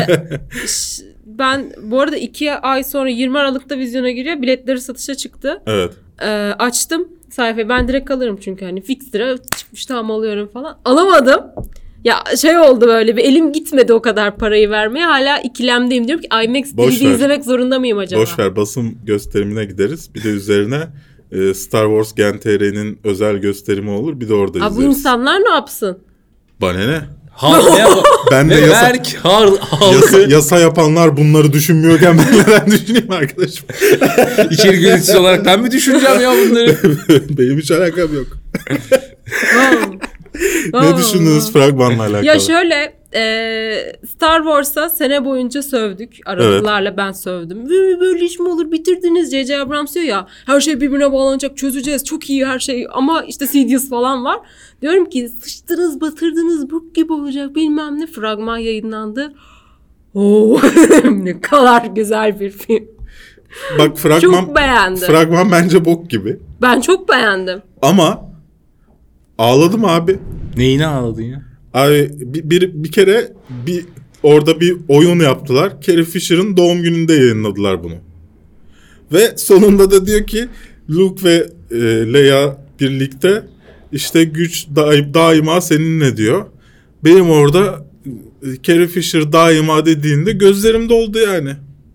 ş- ben bu arada iki ay sonra yirmi Aralık'ta vizyona giriyor. Biletleri satışa çıktı. Evet. Ee, açtım sayfayı. Ben direkt alırım çünkü hani fix lira çıkmış, tamam alıyorum falan. Alamadım. Ya şey oldu, böyle bir elim gitmedi o kadar parayı vermeye. Hala ikilemdeyim. Diyorum ki IMAX Boş D V D ver. izlemek zorunda mıyım acaba? Boş ver, basın gösterimine gideriz. Bir de üzerine e, Star Wars Gen T R'nin özel gösterimi olur. Bir de orada Aa, bu izleriz. insanlar ne yapsın? Bana ne? Ha, ne yap- Ben de ne yasa, Berk har, yasa, halkı yasa yapanlar bunları düşünmüyorken ben neden düşüneyim arkadaşım? içerik yöneticisi olarak ben mi düşüneceğim ya bunları? Benim hiç alakam yok. Wow. Ne Wow. düşündünüz fragmanla alakalı? Ya şöyle e, Star Wars'a sene boyunca sövdük. Aralıklarla ben sövdüm. Böyle, böyle iş mi olur, bitirdiniz. J J Abrams diyor ya, her şey birbirine bağlanacak, çözeceğiz, çok iyi her şey. Ama işte Sidious falan var. Diyorum ki sıçtınız, batırdınız, bu gibi olacak bilmem ne. Fragman yayınlandı. Oo, ne kadar güzel bir film. Bak fragman, Çok beğendim. fragman bence bok gibi. Ben çok beğendim. Ama ağladım abi. Neyine ağladın ya? Abi bir, bir, bir kere bir orada bir oyun yaptılar. Carrie Fisher'ın doğum gününde yayınladılar bunu. Ve sonunda da diyor ki Luke ve e, Leia birlikte işte güç da, daima seninle diyor. Benim orada e, Carrie Fisher daima dediğinde gözlerim doldu yani.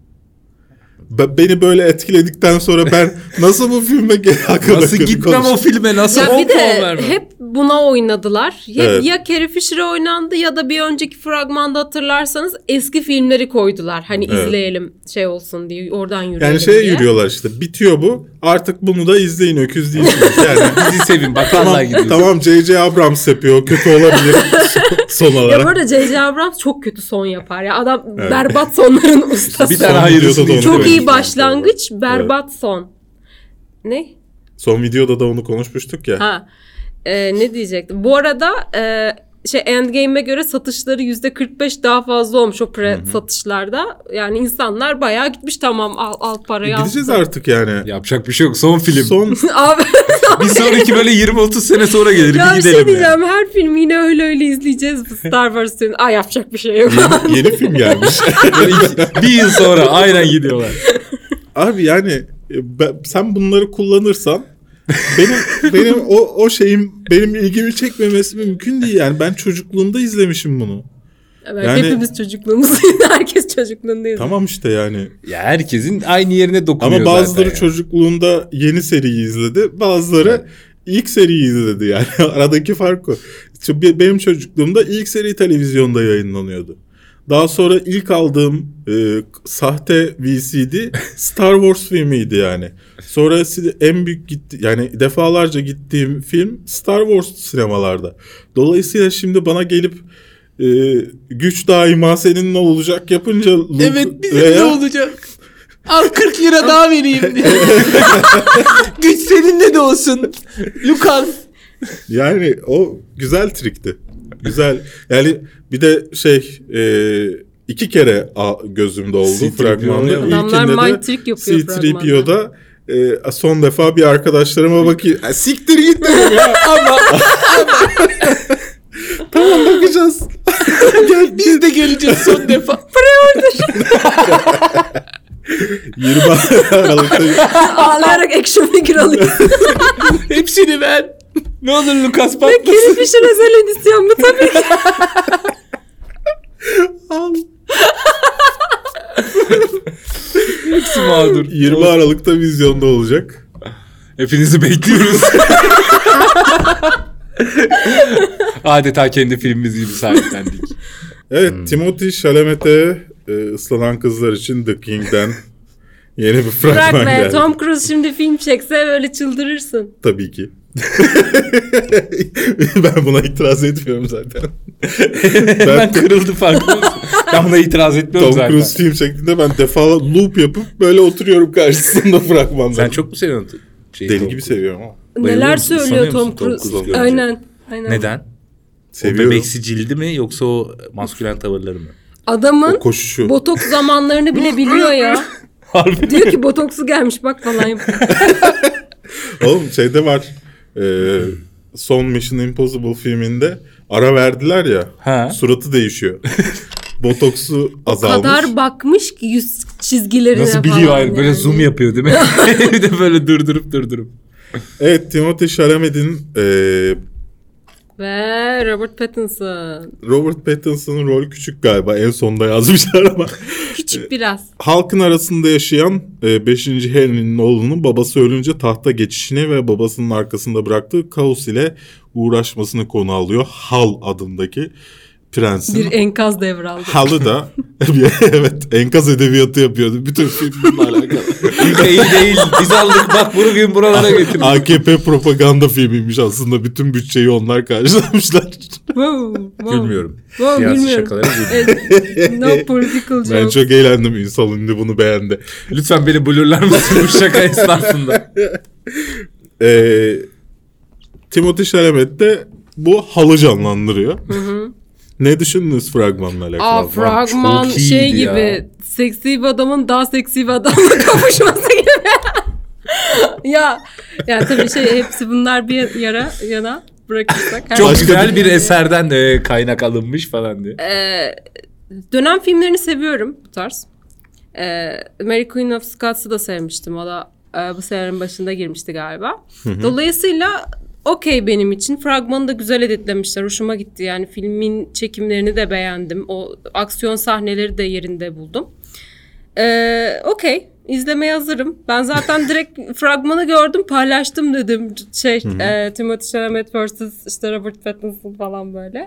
Be, beni böyle etkiledikten sonra ben nasıl bu filme hakkında Nasıl kötü gitmem konuşayım? o filme, nasıl Ya on bir de puan vermem? hep buna oynadılar. Hep Evet. ya Carrie Fisher'e oynandı ya da bir önceki fragmanda hatırlarsanız eski filmleri koydular. Hani Evet. izleyelim şey olsun diye, oradan yürüyelim Yani şeye diye. yürüyorlar işte. Bitiyor bu. Artık bunu da izleyin, öküz değilsiniz. Yani Bizi sevin bakanlığa tamam, gidiyoruz. tamam J J Abrams yapıyor. Kötü olabilir son Ya bu olarak. arada J J Abrams çok kötü son yapar ya. Adam Evet. berbat sonların ustası. Bir tane Son hayırlısını videoda da onu Çok iyi konuşmuştuk. başlangıç, berbat son. Ne? Son videoda da onu konuşmuştuk ya. Ha. Ee, ne diyecektim? Bu arada e, şey Endgame'e göre satışları yüzde kırk beş daha fazla olmuş o pre satışlarda. Yani insanlar bayağı gitmiş, tamam al, al parayı al. Gideceğiz artık yani. Yapacak bir şey yok, son film. Son Abi Bir sonraki böyle yirmi otuz sene sonra gelir, ya bir bir şey gidelim diyeceğim, yani. her filmi yine öyle öyle izleyeceğiz bu Star Wars filmi. Ay yapacak bir şey yok. yeni, yeni film gelmiş. Böyle iki- bir yıl sonra aynen gidiyorlar. Abi yani e, ben- sen bunları kullanırsan benim benim o o şeyim benim ilgimi çekmemesi mümkün değil yani. Ben çocukluğumda izlemişim bunu. Evet, Yani- hepimiz çocukluğumuzdayız. Herkes çocukluğundayız. Tamam işte yani. Ya herkesin aynı yerine dokunuyor Ama bazıları zaten yani. çocukluğunda yeni seriyi izledi. Bazıları Evet. ilk seriyi izledi yani. Aradaki fark o. İşte be- benim çocukluğumda ilk seri televizyonda yayınlanıyordu. Daha sonra ilk aldığım e, sahte V C D Star Wars filmiydi yani. Sonrası en büyük gitti yani defalarca gittiğim film Star Wars sinemalarda. Dolayısıyla şimdi bana gelip e, güç daima seninle olacak yapınca Luke Evet, bizim veya- ne olacak? Al kırk lira daha vereyim diye. Güç seninle de olsun. Lucas. Yani o güzel trikti. Güzel. Yani bir de şey e, iki kere a- gözümde oldu C üç P O fragmanda. ya. Adamlar İlkinde mind de trick yapıyor C üç P O'da e, son defa bir arkadaşlarıma bakayım. "Ha, siktir git dedim ya. Ama Tamam bakacağız. Gel, biz de geleceğiz son defa. yirmi Aralık'ta Ağlayarak action figure alıyor. Hepsini ver. Ne olur Lucas patlasın. Carrie Fisher özel edisyon bu tabii ki. al. Hepsi mağdur. yirmi Aralık'ta vizyonda olacak. Hepinizi bekliyoruz. Adeta kendi filmimiz gibi sahiplendik. Evet, Timothée Chalamet'e e, ıslanan kızlar için The King'den yeni bir fragman Bırak be, geldi. Tom Cruise şimdi film çekse böyle çıldırırsın. Tabii ki. Ben buna itiraz etmiyorum zaten. Ben kırıldı farkında mısın? Ben buna itiraz etmiyorum Tom zaten. Cruise film çektiğinde ben defalarca loop yapıp böyle oturuyorum karşısında fragmanda. Sen çok mu seviyorsun? Şey, deli Tom gibi Cruise? seviyorum ama. Bayılıyor Neler musun? söylüyor Sanıyor Tom musun Tom Cruise? Cruise görünce? Aynen. Aynen. Neden? O Seviyorum. bebeksi cildi mi yoksa o maskülen tavırları mı? Adamın O koşuşu. botoks zamanlarını bile biliyor ya. Harbi. Diyor ki botoksu gelmiş bak falan yapıyor. Oğlum şeyde var. E, son Mission Impossible filminde ara verdiler ya. Ha. Suratı değişiyor. Botoksu azalmış. Kadar bakmış ki yüz çizgilerine Nasıl falan. biliyor ayrı böyle yani. zoom yapıyor değil mi? Bir de böyle durdurup durdurup. Evet, Timothée Chalamet'in e, Ve Robert Pattinson. Robert Pattinson'ın rol küçük galiba. En sonda yazmışlar ama. Küçük biraz. Halkın arasında yaşayan beşinci Henry'nin oğlunun babası ölünce tahta geçişini ve babasının arkasında bıraktığı kaos ile uğraşmasını konu alıyor. Hal adındaki prensin. Bir enkaz devraldı. Hal'ı da evet enkaz edebiyatı yapıyordu. Bütün film bununla alakalı. Değil değil. Biz aldık bak bugün buralara getirdik. A K P propaganda filmiymiş aslında. Bütün bütçeyi onlar karşılamışlar. Wow, wow. Gülmüyorum. Wow, Siyasi gülmüyorum. şakalara gülmüyorum. Eh, no political Ben jokes. çok eğlendim. Ünsal Ünlü bunu beğendi. Lütfen beni blurlar mısın bu şaka esnasında? Ee, Timothée Chalamet de bu halı canlandırıyor. Ne düşündünüz fragmanla alakalı? Aa, fragman çok şey iyiydi gibi. ya. Seksi bir adamın daha seksi bir adamla kavuşması gibi. ya yani tabii şey hepsi bunlar bir yara yana bırakırsak. her Çok şey- güzel bir eserden de kaynak alınmış falan diye. Ee, dönem filmlerini seviyorum bu tarz. Ee, Mary Queen of Scots'ı da sevmiştim. O da e, bu senenin başında girmişti galiba. Dolayısıyla okey benim için. Fragmanı da güzel editlemişler. Hoşuma gitti. Yani filmin çekimlerini de beğendim. O aksiyon sahneleri de yerinde buldum. Ee, okey. İzlemeye hazırım. Ben zaten direkt fragmanı gördüm, paylaştım dedim. Şey, e, Timothée Chalamet versus işte Robert Pattinson falan böyle.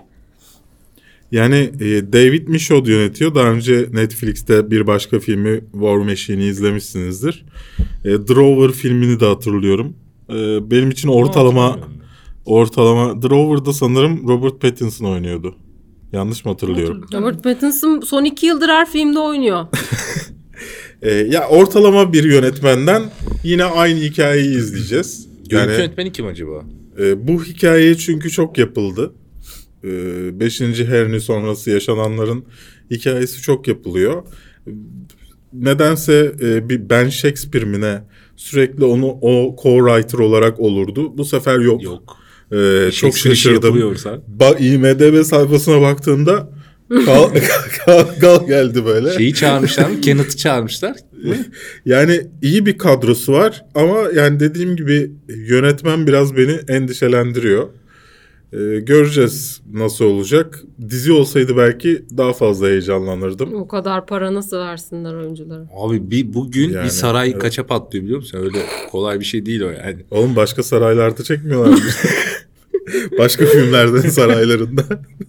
Yani e, David Michôd yönetiyor. Daha önce Netflix'te bir başka filmi War Machine'i izlemişsinizdir. E, Drover filmini de hatırlıyorum. E, benim için ortalama ortalama Drover'da sanırım Robert Pattinson oynuyordu. Yanlış mı hatırlıyorum? Robert Pattinson son iki yıldır her filmde oynuyor. E, ya ortalama bir yönetmenden yine aynı hikayeyi izleyeceğiz. Görüntü Yani yönetmeni kim acaba? e, bu hikaye çünkü çok yapıldı. E, beşinci Henry sonrası yaşananların hikayesi çok yapılıyor. Nedense e, bir Ben Shakespeare mi ne sürekli onu o co-writer olarak olurdu. Bu sefer yok. Yok. E, çok Shakespeare işi şaşırdım. yapılıyorsa. Ba- I M D B sayfasına baktığımda gal, gal, gal geldi böyle. Şeyi çağırmışlar mı? Kenneth'ı çağırmışlar. Yani iyi bir kadrosu var ama yani dediğim gibi yönetmen biraz beni endişelendiriyor. Ee, göreceğiz nasıl olacak. Dizi olsaydı belki daha fazla heyecanlanırdım. O kadar para nasıl versinler oyunculara? Abi bir bugün Yani, bir saray evet. kaça patlıyor biliyor musun? Öyle kolay bir şey değil o yani. Oğlum başka saraylarda çekmiyorlar. Başka filmlerden saraylarında.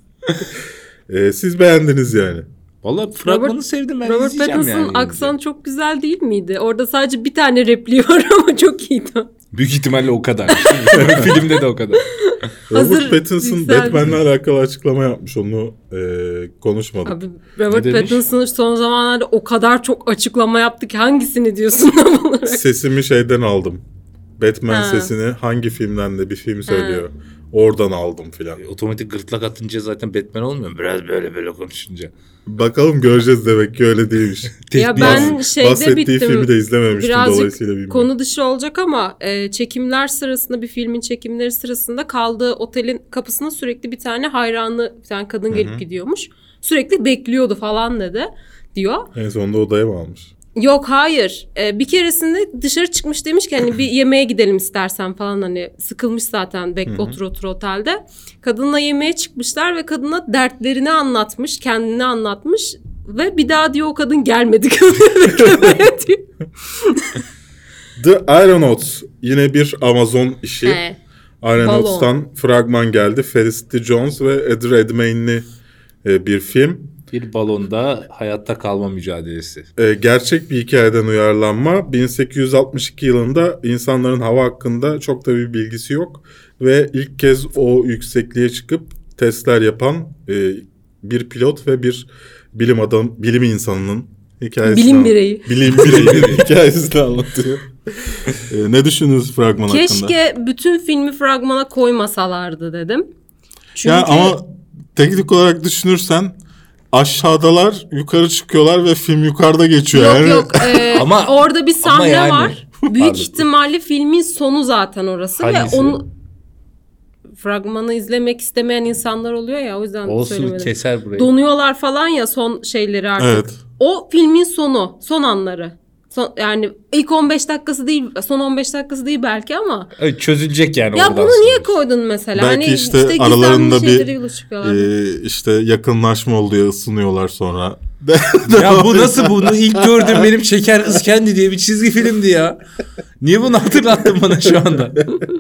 Ee, siz beğendiniz yani. Vallahi fragmanı Robert- sevdim ben Robert izleyeceğim Pattinson'ın yani. aksanı çok güzel değil miydi? Orada sadece bir tane repliği var ama çok iyiydi. Büyük ihtimalle o kadar. Filmde de o kadar. Robert Hazır Pattinson yükseldi. Batman'le alakalı açıklama yapmış. Onu e, konuşmadık. Abi Robert Ne demiş? Pattinson son zamanlarda o kadar çok açıklama yaptı ki hangisini diyorsun tam olarak? Sesimi şeyden aldım. Batman Ha. sesini hangi filmden de bir film söylüyor. Oradan aldım filan. Otomatik gırtlak atınca zaten Batman olmuyor mu? Biraz böyle böyle konuşunca. Bakalım göreceğiz demek ki öyle değilmiş. Ya ben şeyde Bahsettiği bittim. filmi de izlememiştim Birazcık dolayısıyla bilmiyorum. konu dışı olacak ama e, çekimler sırasında bir filmin çekimleri sırasında kaldığı otelin kapısına sürekli bir tane hayranı bir tane kadın gelip gidiyormuş. Sürekli bekliyordu falan dedi diyor. En sonunda odaya mı almış? Yok hayır. Ee, bir keresinde dışarı çıkmış demiş ki hani bir yemeğe gidelim istersen falan hani sıkılmış zaten bek otur otur otelde. Kadınla yemeğe çıkmışlar ve kadına dertlerini anlatmış, kendini anlatmış ve bir daha diyor o kadın gelmedi beklemeye diyor. The Aeronauts yine bir Amazon işi. He. Aeronauts'tan fragman geldi. Felicity Jones ve Eddie Redmayne'li e, bir film. Bir balonda hayatta kalma mücadelesi. E, gerçek bir hikayeden uyarlanma. bin sekiz yüz altmış iki yılında insanların hava hakkında çok da bir bilgisi yok. Ve ilk kez o yüksekliğe çıkıp testler yapan e, bir pilot ve bir bilim adam, bilim insanının hikayesini Bilim an- bireyi. Bilim bireyinin hikayesini anlatıyor. e, ne düşündünüz fragman hakkında? Keşke bütün filmi fragmana koymasalardı dedim. Çünkü Ya ama teknik olarak düşünürsen aşağıdalar, yukarı çıkıyorlar ve film yukarıda geçiyor. Yok yani. yok. E, Ama- orada bir ama sahne yani- var. Büyük Pardon. ihtimalle filmin sonu zaten orası Hangisi? ve onu fragmanı izlemek istemeyen insanlar oluyor ya, o yüzden Olsun, söylemedim. keser burayı. Donuyorlar falan ya son şeyleri artık. Evet. O filmin sonu, son anları. Son, yani ilk on beş dakikası değil, son on beş dakikası değil belki ama. Evet, çözülecek yani Ya oradan bunu sonra. niye koydun mesela? Belki hani işte, gizlenmiş aralarında şeyleri bir yola çıkıyorlar. e, işte yakınlaşma oluyor, ısınıyorlar sonra. Ya bu nasıl, bunu ilk gördüğüm benim Şeker Kız Kendi diye bir çizgi filmdi ya. Niye bunu hatırlattın bana şu anda?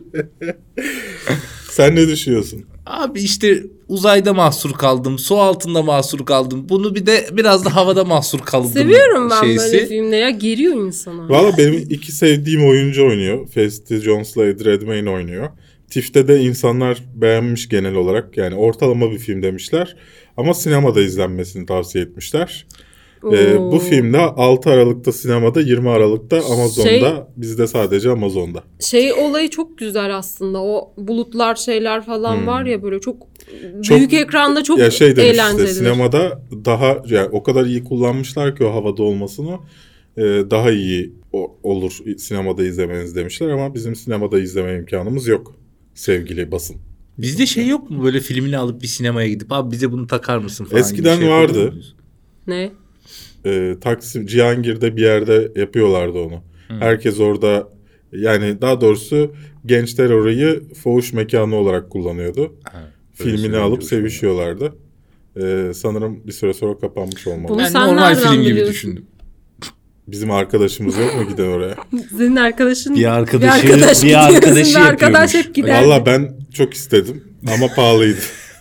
Sen ne düşünüyorsun? Abi işte uzayda mahsur kaldım, su altında mahsur kaldım. Bunu bir de biraz da havada mahsur kaldım. Seviyorum ben şeysi. böyle filmleri ya, geriyor insana. Valla benim iki sevdiğim oyuncu oynuyor. Felicity Jones'la Ed Redmayne oynuyor. TIFF'te de insanlar beğenmiş genel olarak. Yani ortalama bir film demişler. Ama sinemada izlenmesini tavsiye etmişler. Ee, bu filmde altı Aralık'ta sinemada, yirmi Aralık'ta Amazon'da, Şey- bizde sadece Amazon'da. Şey olayı çok güzel aslında. O bulutlar şeyler falan var ya, böyle çok, Çok- büyük ekranda çok Ya şey demiş eğlenceli. işte, sinemada daha, yani o kadar iyi kullanmışlar ki o havada olmasını, e, daha iyi o- olur sinemada izlemeniz demişler, ama bizim sinemada izleme imkanımız yok sevgili basın. Bizde şey yok mu, böyle filmini alıp bir sinemaya gidip abi bize bunu takar mısın falan gibi Eskiden şey vardı. yapabiliyor muyuz? Ne? E, Taksim, Cihangir'de bir yerde yapıyorlardı onu. Herkes orada, yani daha doğrusu gençler orayı fuhuş mekanı olarak kullanıyordu. Ha, öyle Filmini söyleyince alıp hoşuma gitti. sevişiyorlardı. E, sanırım bir süre sonra kapanmış olmalı. Bunu Ben sen normal nereden film gibi biliyorsun? düşündüm. Bizim arkadaşımız yok mu giden oraya? Senin arkadaşın Bir arkadaşı- arkadaş bir gidiyorsun, arkadaşı bir arkadaş yapıyormuş. hep gider. Valla ben çok istedim ama pahalıydı.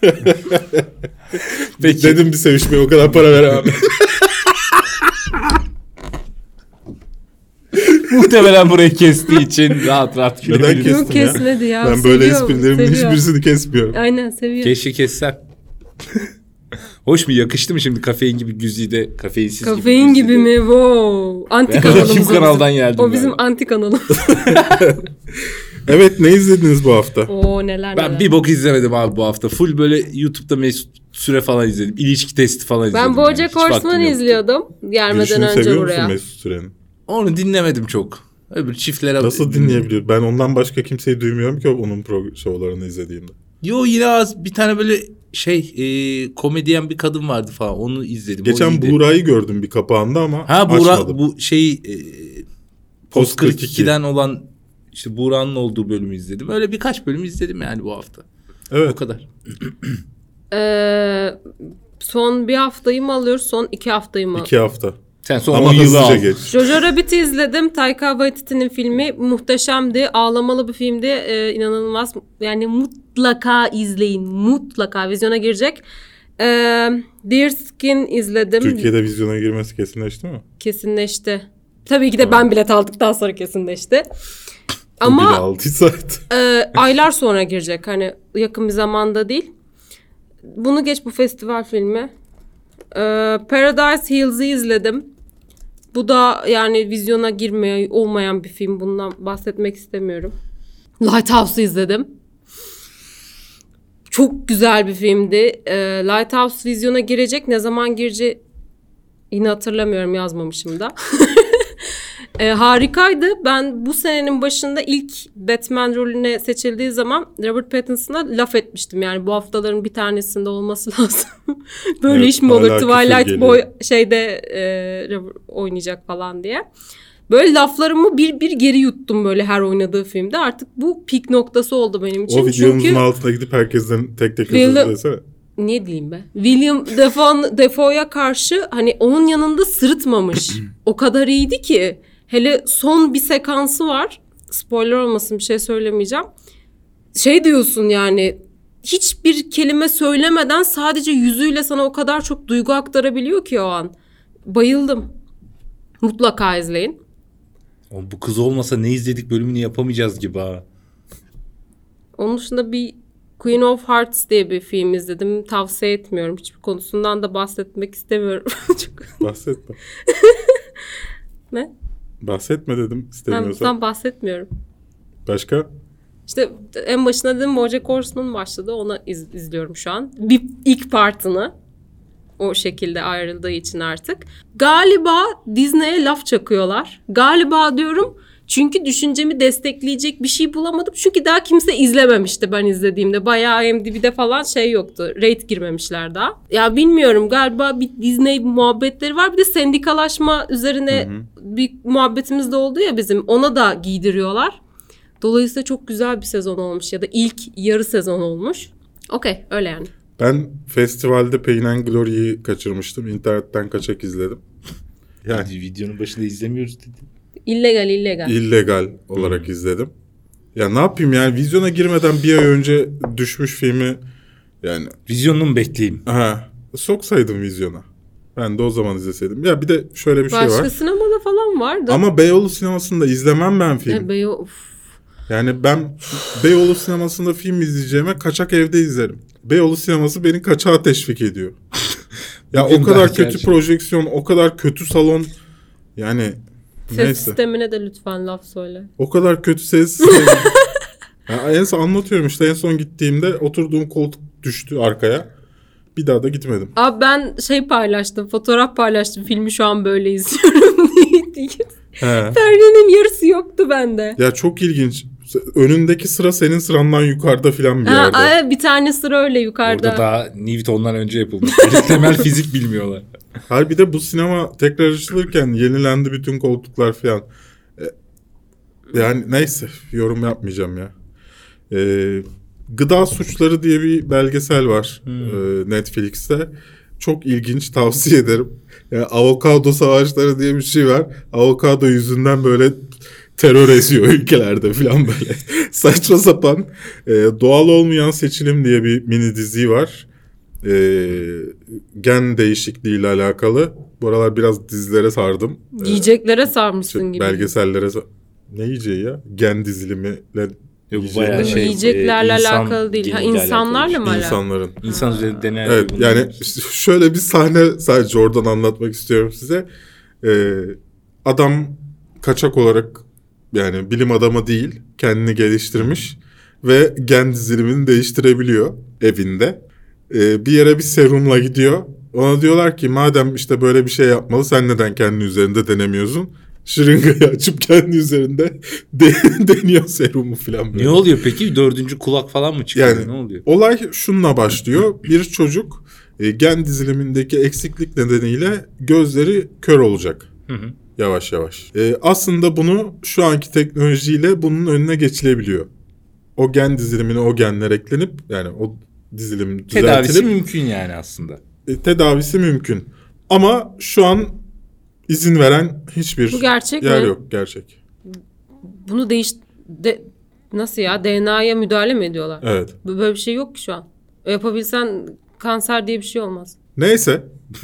Peki. Dedim bir sevişmeye o kadar para veremem. Muhtemelen burayı kestiği için rahat rahat Neden gülebiliriz. kestin Yok ya? kesmedi ya. Ben böyle Seviyor, esprilerimin seviyor. hiçbirisini kesmiyorum. Aynen seviyor. Keşke kessen. Hoş mu, yakıştı mı şimdi kafein gibi güzide, kafeinsiz gibi Kafein güzide? gibi mi? Wow. Anti Ben kanalımız. rakip o kanaldan bizim. geldim O bizim ben. anti kanalımız. Evet, ne izlediniz bu hafta? Oo neler neler. Ben bir bok izlemedim abi bu hafta. Full böyle YouTube'da Mesut Süre falan izledim. İlişki testi falan izledim. Ben yani. BoJack Hiç vaktim Horseman yoktu. izliyordum gelmeden Gülüşünü önce seviyor buraya. musun Mesut Süren'in? Onu dinlemedim çok. Öbür çiftlere... Nasıl dinleyebiliyor? Ben ondan başka kimseyi duymuyorum ki onun pro- şovlarını izlediğimde. Yo, yine az bir tane böyle şey e, komedyen bir kadın vardı falan, onu izledim. Geçen O iyiydi. Buğra'yı gördüm bir kapağında ama Ha Buğra, açmadım. bu şey e, Post Post kırk iki. kırk ikiden olan işte Buğra'nın olduğu bölümü izledim. Öyle birkaç bölüm izledim yani bu hafta. Evet. O kadar. Ee, son bir haftayı mı alıyoruz? Son iki haftayı mı? İki hafta. Sen son Ama on yılı hızlıca al. geç. Jojo Rabbit'i izledim. Taika Waititi'nin filmi muhteşemdi. Ağlamalı bir filmdi. Ee, inanılmaz. Yani mutlaka izleyin. Mutlaka vizyona girecek. Ee, Deerskin izledim. Türkiye'de vizyona girmesi kesinleşti mi? Kesinleşti. Tabii ki de ben bilet aldıktan sonra kesinleşti. Ama... Bile Ama aldıysa. e, aylar sonra girecek. Hani yakın bir zamanda değil. Bunu geç, bu festival filmi. Ee, Paradise Hills'ı izledim. Bu da yani vizyona girmeye olmayan bir film. Bundan bahsetmek istemiyorum. Lighthouse'u izledim. Çok güzel bir filmdi. Ee, Lighthouse vizyona girecek. Ne zaman girecek yine hatırlamıyorum, yazmamışım da. Ee, harikaydı. Ben bu senenin başında ilk Batman rolüne seçildiği zaman Robert Pattinson'a laf etmiştim. Yani bu haftaların bir tanesinde olması lazım. Böyle Evet, iş mi olur? hala küfür Twilight geliyor. Boy şeyde e, Robert oynayacak falan diye. Böyle laflarımı bir bir geri yuttum böyle her oynadığı filmde. Artık bu peak noktası oldu benim için. O videomuzun Çünkü altına gidip herkesten tek tek William- özür dilesene. ne diyeyim be? William Dafoe, Dafoe'ya karşı hani onun yanında sırıtmamış. O kadar iyiydi ki. Hele son bir sekansı var. Spoiler olmasın, bir şey söylemeyeceğim. Şey diyorsun yani, hiçbir kelime söylemeden sadece yüzüyle sana o kadar çok duygu aktarabiliyor ki o an. Bayıldım. Mutlaka izleyin. Oğlum, bu kız olmasa ne izledik bölümünü yapamayacağız gibi ha. Onun dışında bir Queen of Hearts diye bir film izledim. Tavsiye etmiyorum. Hiçbir konusundan da bahsetmek istemiyorum. Çok- Bahsetme. ne? Bahsetme dedim Ben istemiyorsan. bundan bahsetmiyorum. Başka? İşte en başına dedim BoJack Horseman başladı. Onu iz- izliyorum şu an. Bir ilk partını. O şekilde ayrıldığı için artık. Galiba Disney'e laf çakıyorlar. Galiba diyorum çünkü düşüncemi destekleyecek bir şey bulamadım. Çünkü daha kimse izlememişti ben izlediğimde. Bayağı I M D B'de falan şey yoktu. Rate girmemişler daha. Ya bilmiyorum, galiba bir Disney muhabbetleri var. Bir de sendikalaşma üzerine hı hı. bir muhabbetimiz de oldu ya bizim. Ona da giydiriyorlar. Dolayısıyla çok güzel bir sezon olmuş ya da ilk yarı sezon olmuş. Okey, öyle yani. Ben festivalde Pain and Glory'yi kaçırmıştım. İnternetten kaçak izledim. Yani videonun başında izlemiyoruz dedim. İllegal, illegal. İllegal olarak hmm. izledim. Ya ne yapayım yani, vizyona girmeden bir ay önce düşmüş filmi yani. Vizyonunu mu bekleyeyim? Ha, soksaydım vizyona. Ben de o zaman izleseydim. Ya bir de şöyle bir Başka şey var. Başka sinemada falan vardı. Ama Beyoğlu sinemasında izlemem ben film. E, Beyoğlu... Yani ben Beyoğlu sinemasında film izleyeceğime kaçak evde izlerim. Beyoğlu sineması beni kaçağa teşvik ediyor. Ya o kadar kötü gerçekten. Projeksiyon, o kadar kötü salon. Yani ses neyse. Sistemine de lütfen laf söyle. O kadar kötü ses sistemi. Yani en son anlatıyorum işte, en son gittiğimde oturduğum koltuk düştü arkaya. Bir daha da gitmedim. Abi ben şey paylaştım, fotoğraf paylaştım. Filmi şu an böyle izliyorum diye. Perdenin yarısı yoktu bende. Ya çok ilginç. Önündeki sıra senin sırandan yukarıda filan bir yerde. Ha, bir tane sıra öyle yukarıda. Orada daha Newton'dan önce yapılmış. Temel fizik bilmiyorlar. Hayır, bir de bu sinema tekrar açılırken yenilendi bütün koltuklar filan. Yani neyse, yorum yapmayacağım ya. Ee, Gıda Suçları diye bir belgesel var hmm. e, Netflix'te. Çok ilginç, tavsiye ederim. Yani avokado savaşları diye bir şey var. Avokado yüzünden böyle terör esiyor ülkelerde falan böyle. Saçma sapan. E, Doğal Olmayan Seçilim diye bir mini dizi var. E, gen değişikliği ile alakalı. Bu aralar biraz dizilere sardım. Yiyeceklere sarmışsın e, gibi. Belgesellere sar- Ne yiyeceği ya? Gen dizilimiyle. Yok, bayağı şey, yiyeceklerle e, insan alakalı değil. Ha, insanlarla mı alakalı? İnsanların. İnsan üzerinde deneyen. Evet, yani işte şöyle bir sahne sadece oradan anlatmak istiyorum size. Ee, adam kaçak olarak, yani bilim adamı değil, kendini geliştirmiş ve gen dizilimini değiştirebiliyor evinde. Ee, bir yere bir serumla gidiyor. Ona diyorlar ki madem işte böyle bir şey yapmalı, sen neden kendi üzerinde denemiyorsun? Şırıngayı açıp kendi üzerinde de, deniyor serumu falan böyle. Ne oluyor peki? Dördüncü kulak falan mı çıkıyor? Yani, ne oluyor? Olay şununla başlıyor. Bir çocuk e, gen dizilimindeki eksiklik nedeniyle gözleri kör olacak. Hı hı. Yavaş yavaş. E, aslında bunu şu anki teknolojiyle bunun önüne geçilebiliyor. O gen dizilimine o genler eklenip, yani o dizilim düzeltilip. Tedavisi mümkün yani aslında. E, tedavisi mümkün. Ama şu an izin veren hiçbir Bu gerçek yer mi? yok. Gerçek. Bunu değiş... De... Nasıl ya? D N A'ya müdahale mi ediyorlar? Evet. Böyle bir şey yok ki şu an. Yapabilsen kanser diye bir şey olmaz. Neyse.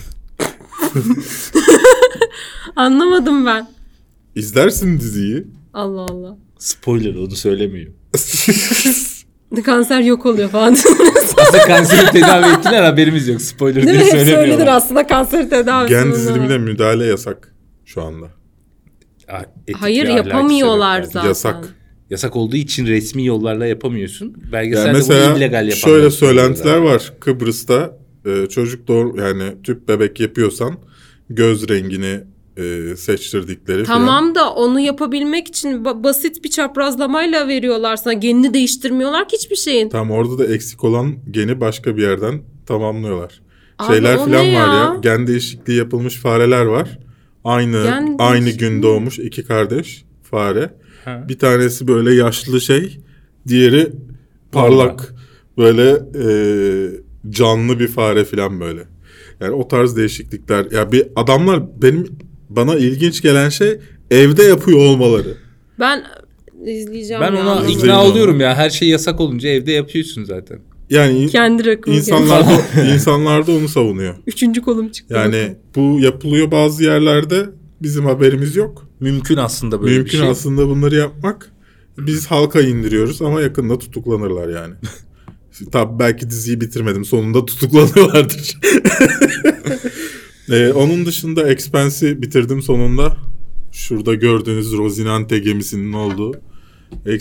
Anlamadım ben. İzlersin diziyi. Allah Allah. Spoiler, onu söylemiyor. Kanser yok oluyor falan. Aslında kanseri tedavi ettiler, haberimiz yok. Spoiler diye söylemiyorlar. Söylenir aslında kanseri tedavi. Gen dizilimine müdahale yasak şu anda. Hayır, yapamıyorlar zaten. Yasak. Yasak olduğu için resmi yollarla yapamıyorsun. Belgeselde yani mesela bunu illegal yapanlar. Şöyle söylentiler var. Kıbrıs'ta e, çocuk doğru, yani tüp bebek yapıyorsan göz rengini e, seçtirdikleri Tamam falan. Da onu yapabilmek için ba- basit bir çaprazlamayla veriyorlar sana. Genini değiştirmiyorlar ki hiçbir şeyin. Tam orada da eksik olan geni başka bir yerden tamamlıyorlar. Abi, Şeyler falan var ya? ya. Gen değişikliği yapılmış fareler var. Aynı Gen aynı değişikliği. gün doğmuş iki kardeş fare. Ha. Bir tanesi böyle yaşlı şey, diğeri parlak, böyle e, canlı bir fare falan böyle. Yani o tarz değişiklikler. Ya bir adamlar, benim bana ilginç gelen şey evde yapıyor olmaları. Ben izleyeceğim. Ben ya. ona İzleyin ikna onu. oluyorum ya. Her şey yasak olunca evde yapıyorsun zaten. Yani Kendi rakımı insanlar da, insanlar da onu savunuyor. Üçüncü kolum çıktı. Yani bu yapılıyor bazı yerlerde, bizim haberimiz yok. Mümkün aslında böyle Mümkün bir şey. aslında bunları yapmak. Biz halka indiriyoruz ama yakında tutuklanırlar yani. Tabii belki diziyi bitirmedim, sonunda tutuklanıyorlardır. ee, onun dışında Expanse'i bitirdim sonunda. Şurada gördüğünüz Rosinante gemisinin olduğu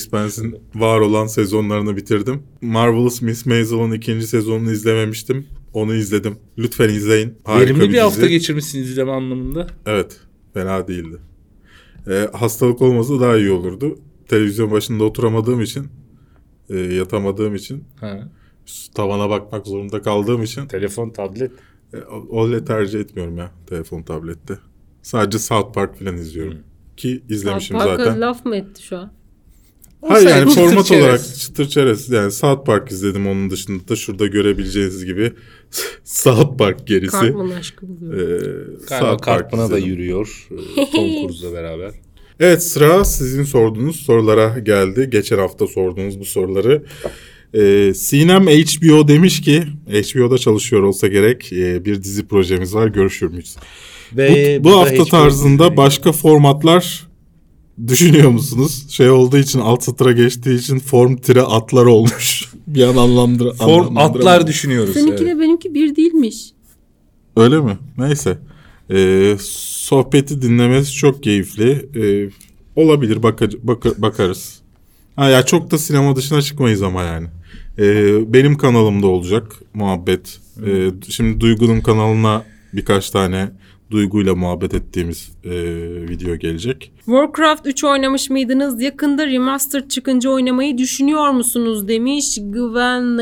Expanse'in var olan sezonlarını bitirdim. Marvelous Miss Maisel'ın ikinci sezonunu izlememiştim. Onu izledim. Lütfen izleyin. Harika Verimli bir dizi. hafta geçirmişsiniz izleme anlamında. Evet. Fena değildi. Ee, hastalık olmasa daha iyi olurdu. Televizyon başında oturamadığım için, e, yatamadığım için, Ha. tavana bakmak zorunda kaldığım için Telefon, tablet. e, O L E D tercih etmiyorum ya telefon, tablette. Sadece South Park falan izliyorum. Ki izlemişim Park'a zaten. laf mı etti şu an? Hayır yani Olsaydı format çıtır olarak çerez. çıtır çerez. Yani South Park izledim, onun dışında da şurada görebileceğiniz gibi South Park gerisi. Cartman aşkı buluyor. Ee, Galiba South Park Cartman'a da izledim. yürüyor. e, Tom Cruise'la beraber. Evet, sıra sizin sorduğunuz sorulara geldi. Geçen hafta sorduğunuz bu soruları. Ee, Sinem H B O demiş ki, H B O'da çalışıyor olsa gerek, e, bir dizi projemiz var, görüşür müyüz? Ve Bu, bu da hafta H B O tarzında dizisi. başka formatlar düşünüyor musunuz? Şey olduğu için, alt satıra geçtiği için form tire atlar olmuş. Bir an anlamdır. Form atlar düşünüyoruz. Seninki evet. de benimki bir değilmiş. Öyle mi? Neyse. Ee, sohbeti dinlemesi çok keyifli. Ee, olabilir, baka- baka- bakarız. Ha ya, çok da sinema dışına çıkmayız ama yani. Ee, benim kanalımda olacak muhabbet. Ee, şimdi Duygu'nun kanalına birkaç tane Duygu'yla muhabbet ettiğimiz e, video gelecek. Warcraft üç oynamış mıydınız? Yakında remastered çıkınca oynamayı düşünüyor musunuz demiş Güven.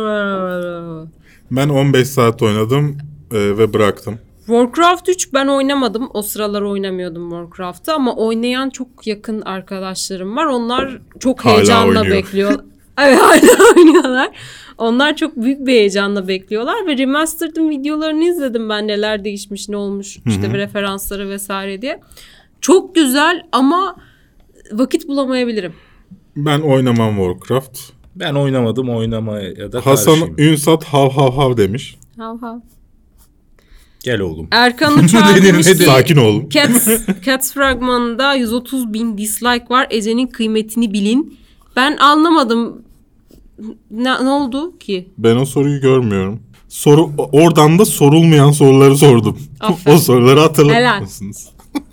Ben on beş saat oynadım e, ve bıraktım. Warcraft üç ben oynamadım. O sıralar oynamıyordum Warcraft'ı ama oynayan çok yakın arkadaşlarım var. Onlar çok Hala heyecanla oynuyor. bekliyor. Evet, hala oynuyorlar. Onlar çok büyük bir heyecanla bekliyorlar ve Remastered'ın videolarını izledim ben, neler değişmiş, ne olmuş, işte bir referansları vesaire diye. Çok güzel ama vakit bulamayabilirim. Ben oynamam Warcraft. Ben oynamadım, oynamaya da Hasan karşıyım. Ünsat hav hav hav demiş. Hav hav. Gel oğlum. Erkan Uçar Denir, demiş ne ki denir? Sakin olun. Cats, Cats fragmanında yüz otuz bin dislike var. Ece'nin kıymetini bilin. Ben anlamadım. Ne, ne oldu ki? Ben o soruyu görmüyorum. Soru oradan da sorulmayan soruları sordum. Aferin. O soruları hatırlar mısınız?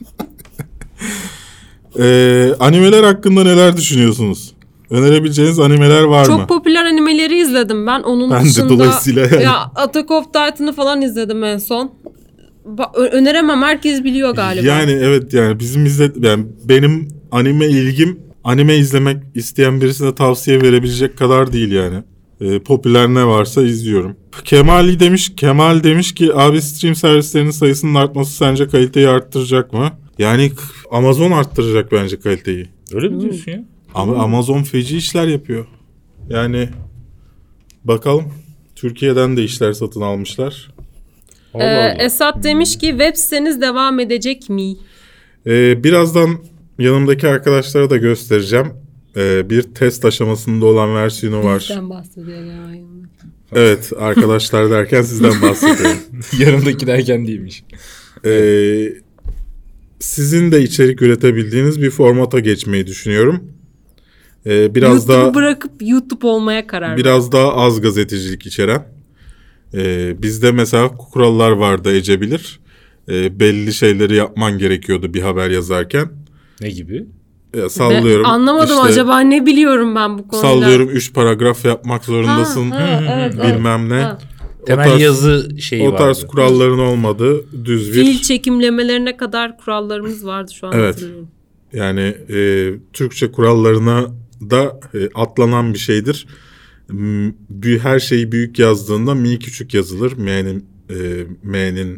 ee, animeler hakkında neler düşünüyorsunuz? Önerebileceğiniz animeler var Çok mı? popüler animeleri izledim ben. Onun Ben de dışında dolayısıyla yani. ya Attack of Titan'ı falan izledim en son. Ba- ö- öneremem, herkes biliyor galiba. Yani evet, yani bizim izle yani benim anime ilgim, anime izlemek isteyen birisine tavsiye verebilecek kadar değil yani. Ee, popüler ne varsa izliyorum. Kemal demiş, Kemal demiş ki abi, stream servislerinin sayısının artması sence kaliteyi arttıracak mı? Yani Amazon arttıracak bence kaliteyi. Öyle mi diyorsun ya? Ama Amazon feci işler yapıyor. Yani bakalım, Türkiye'den de işler satın almışlar. Allah Ee, Allah. Esat demiş ki web siteniz devam edecek mi? Ee, birazdan yanımdaki arkadaşlara da göstereceğim. Ee, bir test aşamasında olan versiyonu var. Bizden bahsediyor ya. Evet, arkadaşlar derken sizden bahsediyorum. Yanımdaki derken değilmiş. Ee, sizin de içerik üretebildiğiniz bir formata geçmeyi düşünüyorum. Ee, biraz YouTube'u daha bırakıp YouTube olmaya karar verdim. biraz daha az gazetecilik içeren. Ee, bizde mesela kurallar vardı, Ece bilir. Ee, belli şeyleri yapman gerekiyordu bir haber yazarken. Ne gibi? Ee, sallıyorum. Ben anlamadım, işte, acaba ne biliyorum ben bu konuda? Sallıyorum üç paragraf yapmak zorundasın. Ha, ha, evet, evet. Bilmem ne. Ha. O Temel tarz- yazı şeyi O tarz vardı. kuralların olmadığı düz bir, Fiil çekimlemelerine kadar kurallarımız vardı, şu an Evet. hatırlıyorum. yani e, Türkçe kurallarına da e, atlanan bir şeydir. M- bü- her şeyi büyük yazdığında mi küçük yazılır. M'nin e, M'nin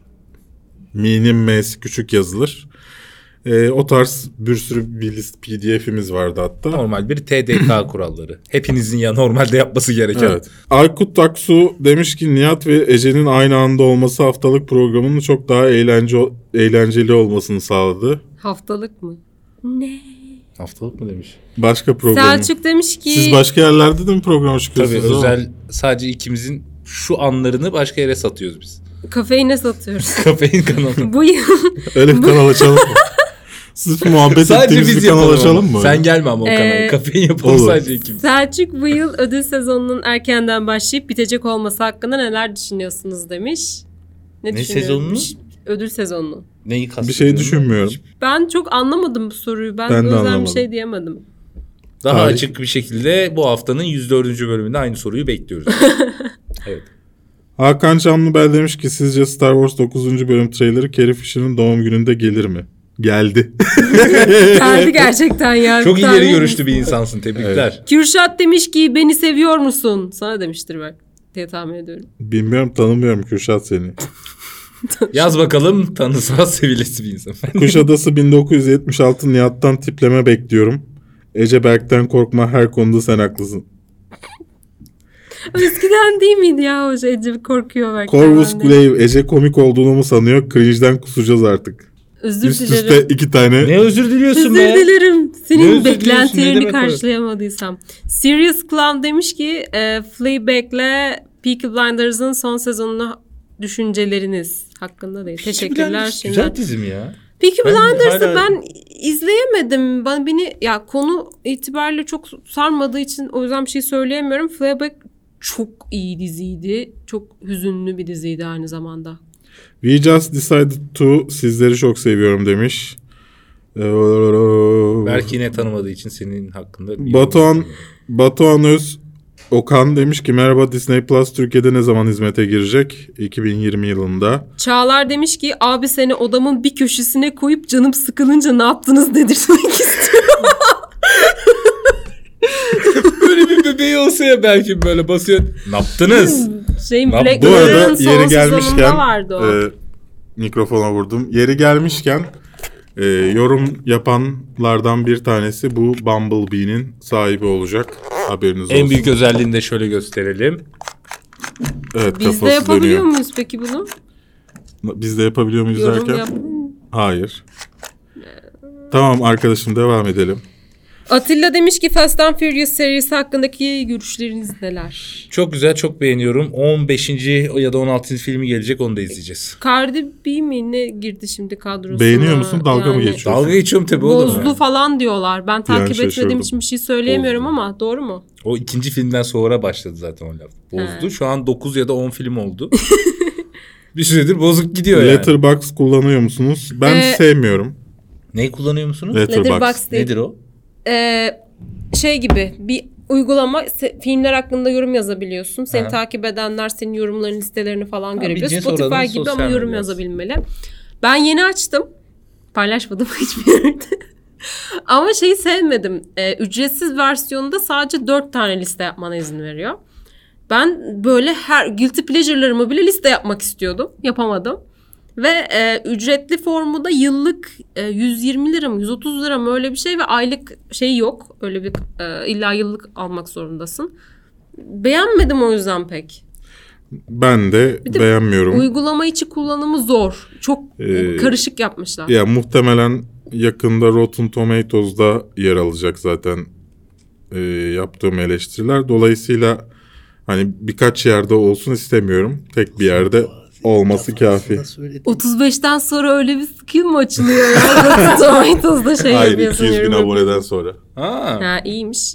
mi'nin m'si küçük yazılır. E, o tarz bir sürü bir list P D F'imiz vardı hatta. Normal bir T D K kuralları. Hepinizin ya normalde yapması gereken. Evet. Aykut Aksu demiş ki Nihat ve Ece'nin aynı anda olması haftalık programının çok daha eğlence eğlenceli olmasını sağladı. Haftalık mı? Ne? Haftalık mı demiş? Başka program. Selçuk demiş ki Siz başka yerlerde de mi programa Tabii çıkıyorsunuz? ama? özel, sadece ikimizin şu anlarını başka yere satıyoruz biz. kafeine satıyoruz. Kafein kanalı. Bu yıl Öyle bir kanal açalım mı? Sırf muhabbet Sadece ettiğimiz biz bir kanal yapalım açalım ama. mı? Sen gelme ama o Ee, kanala. Kafein yapalım olur. sadece ikimiz. Selçuk bu yıl ödül sezonunun erkenden başlayıp bitecek olması hakkında neler düşünüyorsunuz demiş. Ne, Ne düşünüyormuş? sezonunu? Ödül sezonunu. Neyi Bir kastediyorsun? şey düşünmüyorum. Ben çok anlamadım bu soruyu. Ben, Ben de o yüzden anlamadım. bir şey diyemedim. Daha Tarih- açık bir şekilde bu haftanın yüz dördüncü bölümünde aynı soruyu bekliyoruz. Evet. Hakan Canlıbel demiş ki sizce Star Wars dokuzuncu bölüm trailerı Carrie Fisher'ın doğum gününde gelir mi? Geldi. Geldi gerçekten ya. Çok Bir ileri tane- görüşlü bir insansın. Tebrikler. Kürşat demiş ki beni seviyor musun? Sana demiştir bak diye tahmin ediyorum. Bilmiyorum, tanımıyorum Kürşat seni. Yaz bakalım tanısal sevilesi bir insan. Kuşadası bin dokuz yüz yetmiş altı Nihat'tan tipleme bekliyorum. Ece Berk'ten korkma, her konuda sen haklısın. Eskiden değil miydi ya o şey? Ece korkuyor belki. Corvus Ben de. Glaive, Ece komik olduğunu mu sanıyor? Cringe'den kusacağız artık. Özür Üst dilerim. üste iki tane. Ne özür diliyorsun Özür be? dilerim. Ne Senin özür diliyorsun? Ne beklentilerini demek o? karşılayamadıysam. Serious Clown demiş ki e, Fleabag'le Peaky Blinders'ın son sezonuna düşünceleriniz hakkında değil. Teşekkürler. Blinders Şimdiden. güzel dizim ya. Peaky Ben Blinders'ı hala- ben izleyemedim. Ben beni ya konu itibariyle çok sarmadığı için o yüzden bir şey söyleyemiyorum. Fleabag çok iyi diziydi. Çok hüzünlü bir diziydi aynı zamanda. We just decided to sizleri çok seviyorum demiş. Ee, Belki yine tanımadığı için senin hakkında. bir Batuhan, yorum. Batuhan Öz Okan demiş ki merhaba, Disney Plus Türkiye'de ne zaman hizmete girecek? iki bin yirmi yılında. Çağlar demiş ki abi seni odamın bir köşesine koyup canım sıkılınca ne yaptınız dedirtmek istiyorum. Böyle bir bebeği olsa ya belki böyle basıyor. Ne yaptınız? Şeyin Lan Black Bu arada Mirror'ın son yeri sezonunda gelmişken vardı o. e, mikrofona vurdum. Yeri gelmişken e, yorum yapanlardan bir tanesi bu Bumblebee'nin sahibi olacak. Haberiniz olsun. En büyük özelliğini de şöyle gösterelim. Evet, Biz de kafası yapabiliyor dönüyor. muyuz peki bunu? Biz de yapabiliyor muyuz Yorum derken? yap. Hayır. Tamam arkadaşım, devam edelim. Atilla demiş ki Fast and Furious serisi hakkındaki görüşleriniz neler? Çok güzel, çok beğeniyorum. on beşinci ya da on altıncı filmi gelecek, onu da izleyeceğiz. Cardi B mi ne girdi şimdi kadrosuna? Beğeniyor musun? Dalga mı geçiyorsun? Dalga geçiyorum tabii oğlum. Bozdu ya. falan diyorlar. Ben takip etmediğim şaşırdım. için bir şey söyleyemiyorum Bozdu. ama doğru mu? O ikinci filmden sonra başladı zaten o laf. Bozdu. He. Şu an dokuz ya da on film oldu. Bir süredir bozuk gidiyor yani. Letterboxd kullanıyor musunuz? Ben Ee, sevmiyorum. Neyi kullanıyor musunuz? Letterboxd. Letterboxd değil. Nedir o? Ee, şey gibi bir uygulama se- filmler hakkında yorum yazabiliyorsun. Seni Ha. takip edenler senin yorumların listelerini falan Ha, görebiliyor. bildiğin Spotify sonradan gibi ama sosyal yorum medya. yazabilmeli. Ben yeni açtım. Paylaşmadım hiçbir yerde. Ama şeyi sevmedim. Ee, ücretsiz versiyonunda sadece dört tane liste yapmana izin veriyor. Ben böyle her guilty pleasure'larımı bile liste yapmak istiyordum. Yapamadım. Ve e, ücretli formu da yıllık e, yüz yirmi lira mı yüz otuz lira mı öyle bir şey ve aylık şey yok. Öyle bir e, illa yıllık almak zorundasın. Beğenmedim o yüzden pek. Ben de, Bir de beğenmiyorum. Uygulama içi kullanımı zor. Çok Ee, karışık yapmışlar. Ya muhtemelen yakında Rotten Tomatoes'da yer alacak zaten e, yaptığım eleştiriler. Dolayısıyla hani birkaç yerde olsun istemiyorum. Tek bir yerde olması kafi. otuz beşten sonra öyle bir skill mi açılıyor ya? Rotten Tomatoes'da şey Hayır, yapıyorsun. iki yüz bin yorum aboneden sonra. Ha. Ha iyiymiş.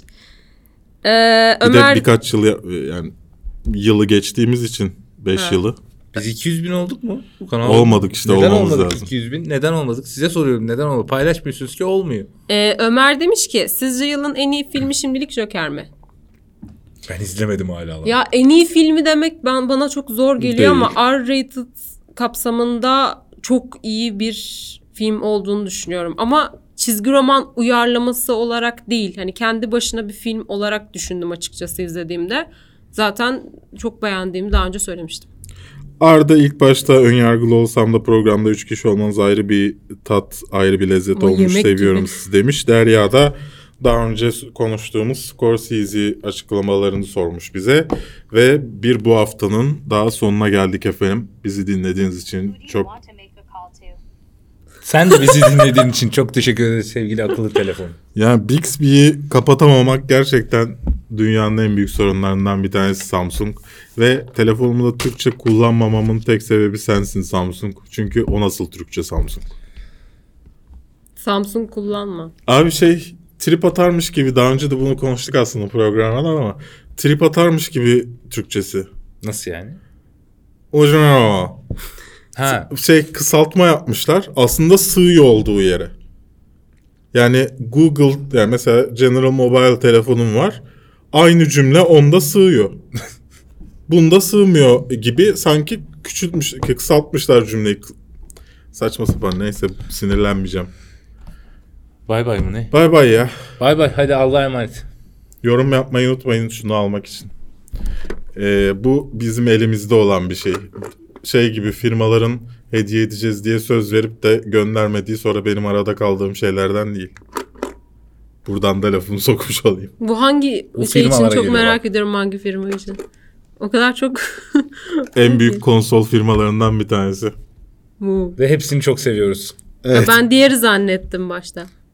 Ee, Bir Ömer de birkaç yıl ya- yani yılı geçtiğimiz için beş Ha. yılı. Biz iki yüz bin olduk mu? Bu kanal Olmadık işte, Neden olmamız olmadık lazım. iki yüz bin? Neden olmadık? Size soruyorum, neden olmadı? Paylaşmıyorsunuz ki olmuyor. Ee, Ömer demiş ki sizce yılın en iyi filmi şimdilik Joker mi? Ben izlemedim hala. lan. Ya en iyi filmi demek ben bana çok zor geliyor Değil. ama R-rated kapsamında çok iyi bir film olduğunu düşünüyorum. Ama çizgi roman uyarlaması olarak değil. Hani kendi başına bir film olarak düşündüm açıkçası izlediğimde. Zaten çok beğendiğimi daha önce söylemiştim. Arda ilk başta önyargılı olsam da programda üç kişi olmanız ayrı bir tat, ayrı bir lezzet Ama olmuş, yemek seviyorum gibi. sizi demiş. Derya da daha önce konuştuğumuz Scorsese açıklamalarını sormuş bize. Ve bir bu haftanın daha sonuna geldik efendim. Bizi dinlediğiniz için çok... Sen de bizi dinlediğin için çok teşekkür ederiz sevgili akıllı telefon. Yani Bixby'yi kapatamamak gerçekten dünyanın en büyük sorunlarından bir tanesi Samsung. Ve telefonumu da Türkçe kullanmamamın tek sebebi sensin Samsung. Çünkü o nasıl Türkçe Samsung? Samsung kullanma. Abi şey trip atarmış gibi, daha önce de bunu konuştuk aslında programda ama trip atarmış gibi Türkçesi. Nasıl yani? Orijinal. Ha. Şey kısaltma yapmışlar. Aslında sığıyor olduğu yere. Yani Google, yani mesela General Mobile telefonum var. Aynı cümle onda sığıyor. bunda sığmıyor gibi sanki küçültmüş, kısaltmışlar cümleyi. Saçma sapan, neyse sinirlenmeyeceğim. Bay bay mı ne? Bay bay ya. Bay bay, hadi Allah'a emanet. Yorum yapmayı unutmayın şunu almak için. Ee, bu bizim elimizde olan bir şey. Şey gibi, firmaların hediye edeceğiz diye söz verip de göndermediği, sonra benim arada kaldığım şeylerden değil. Buradan da lafımı sokmuş olayım. Bu hangi Bu şey için firmalara çok geliyor merak bak. ediyorum, hangi firma için. O kadar çok... En büyük konsol firmalarından bir tanesi. Bu. Ve hepsini çok seviyoruz. Evet. Ben diğeri zannettim başta.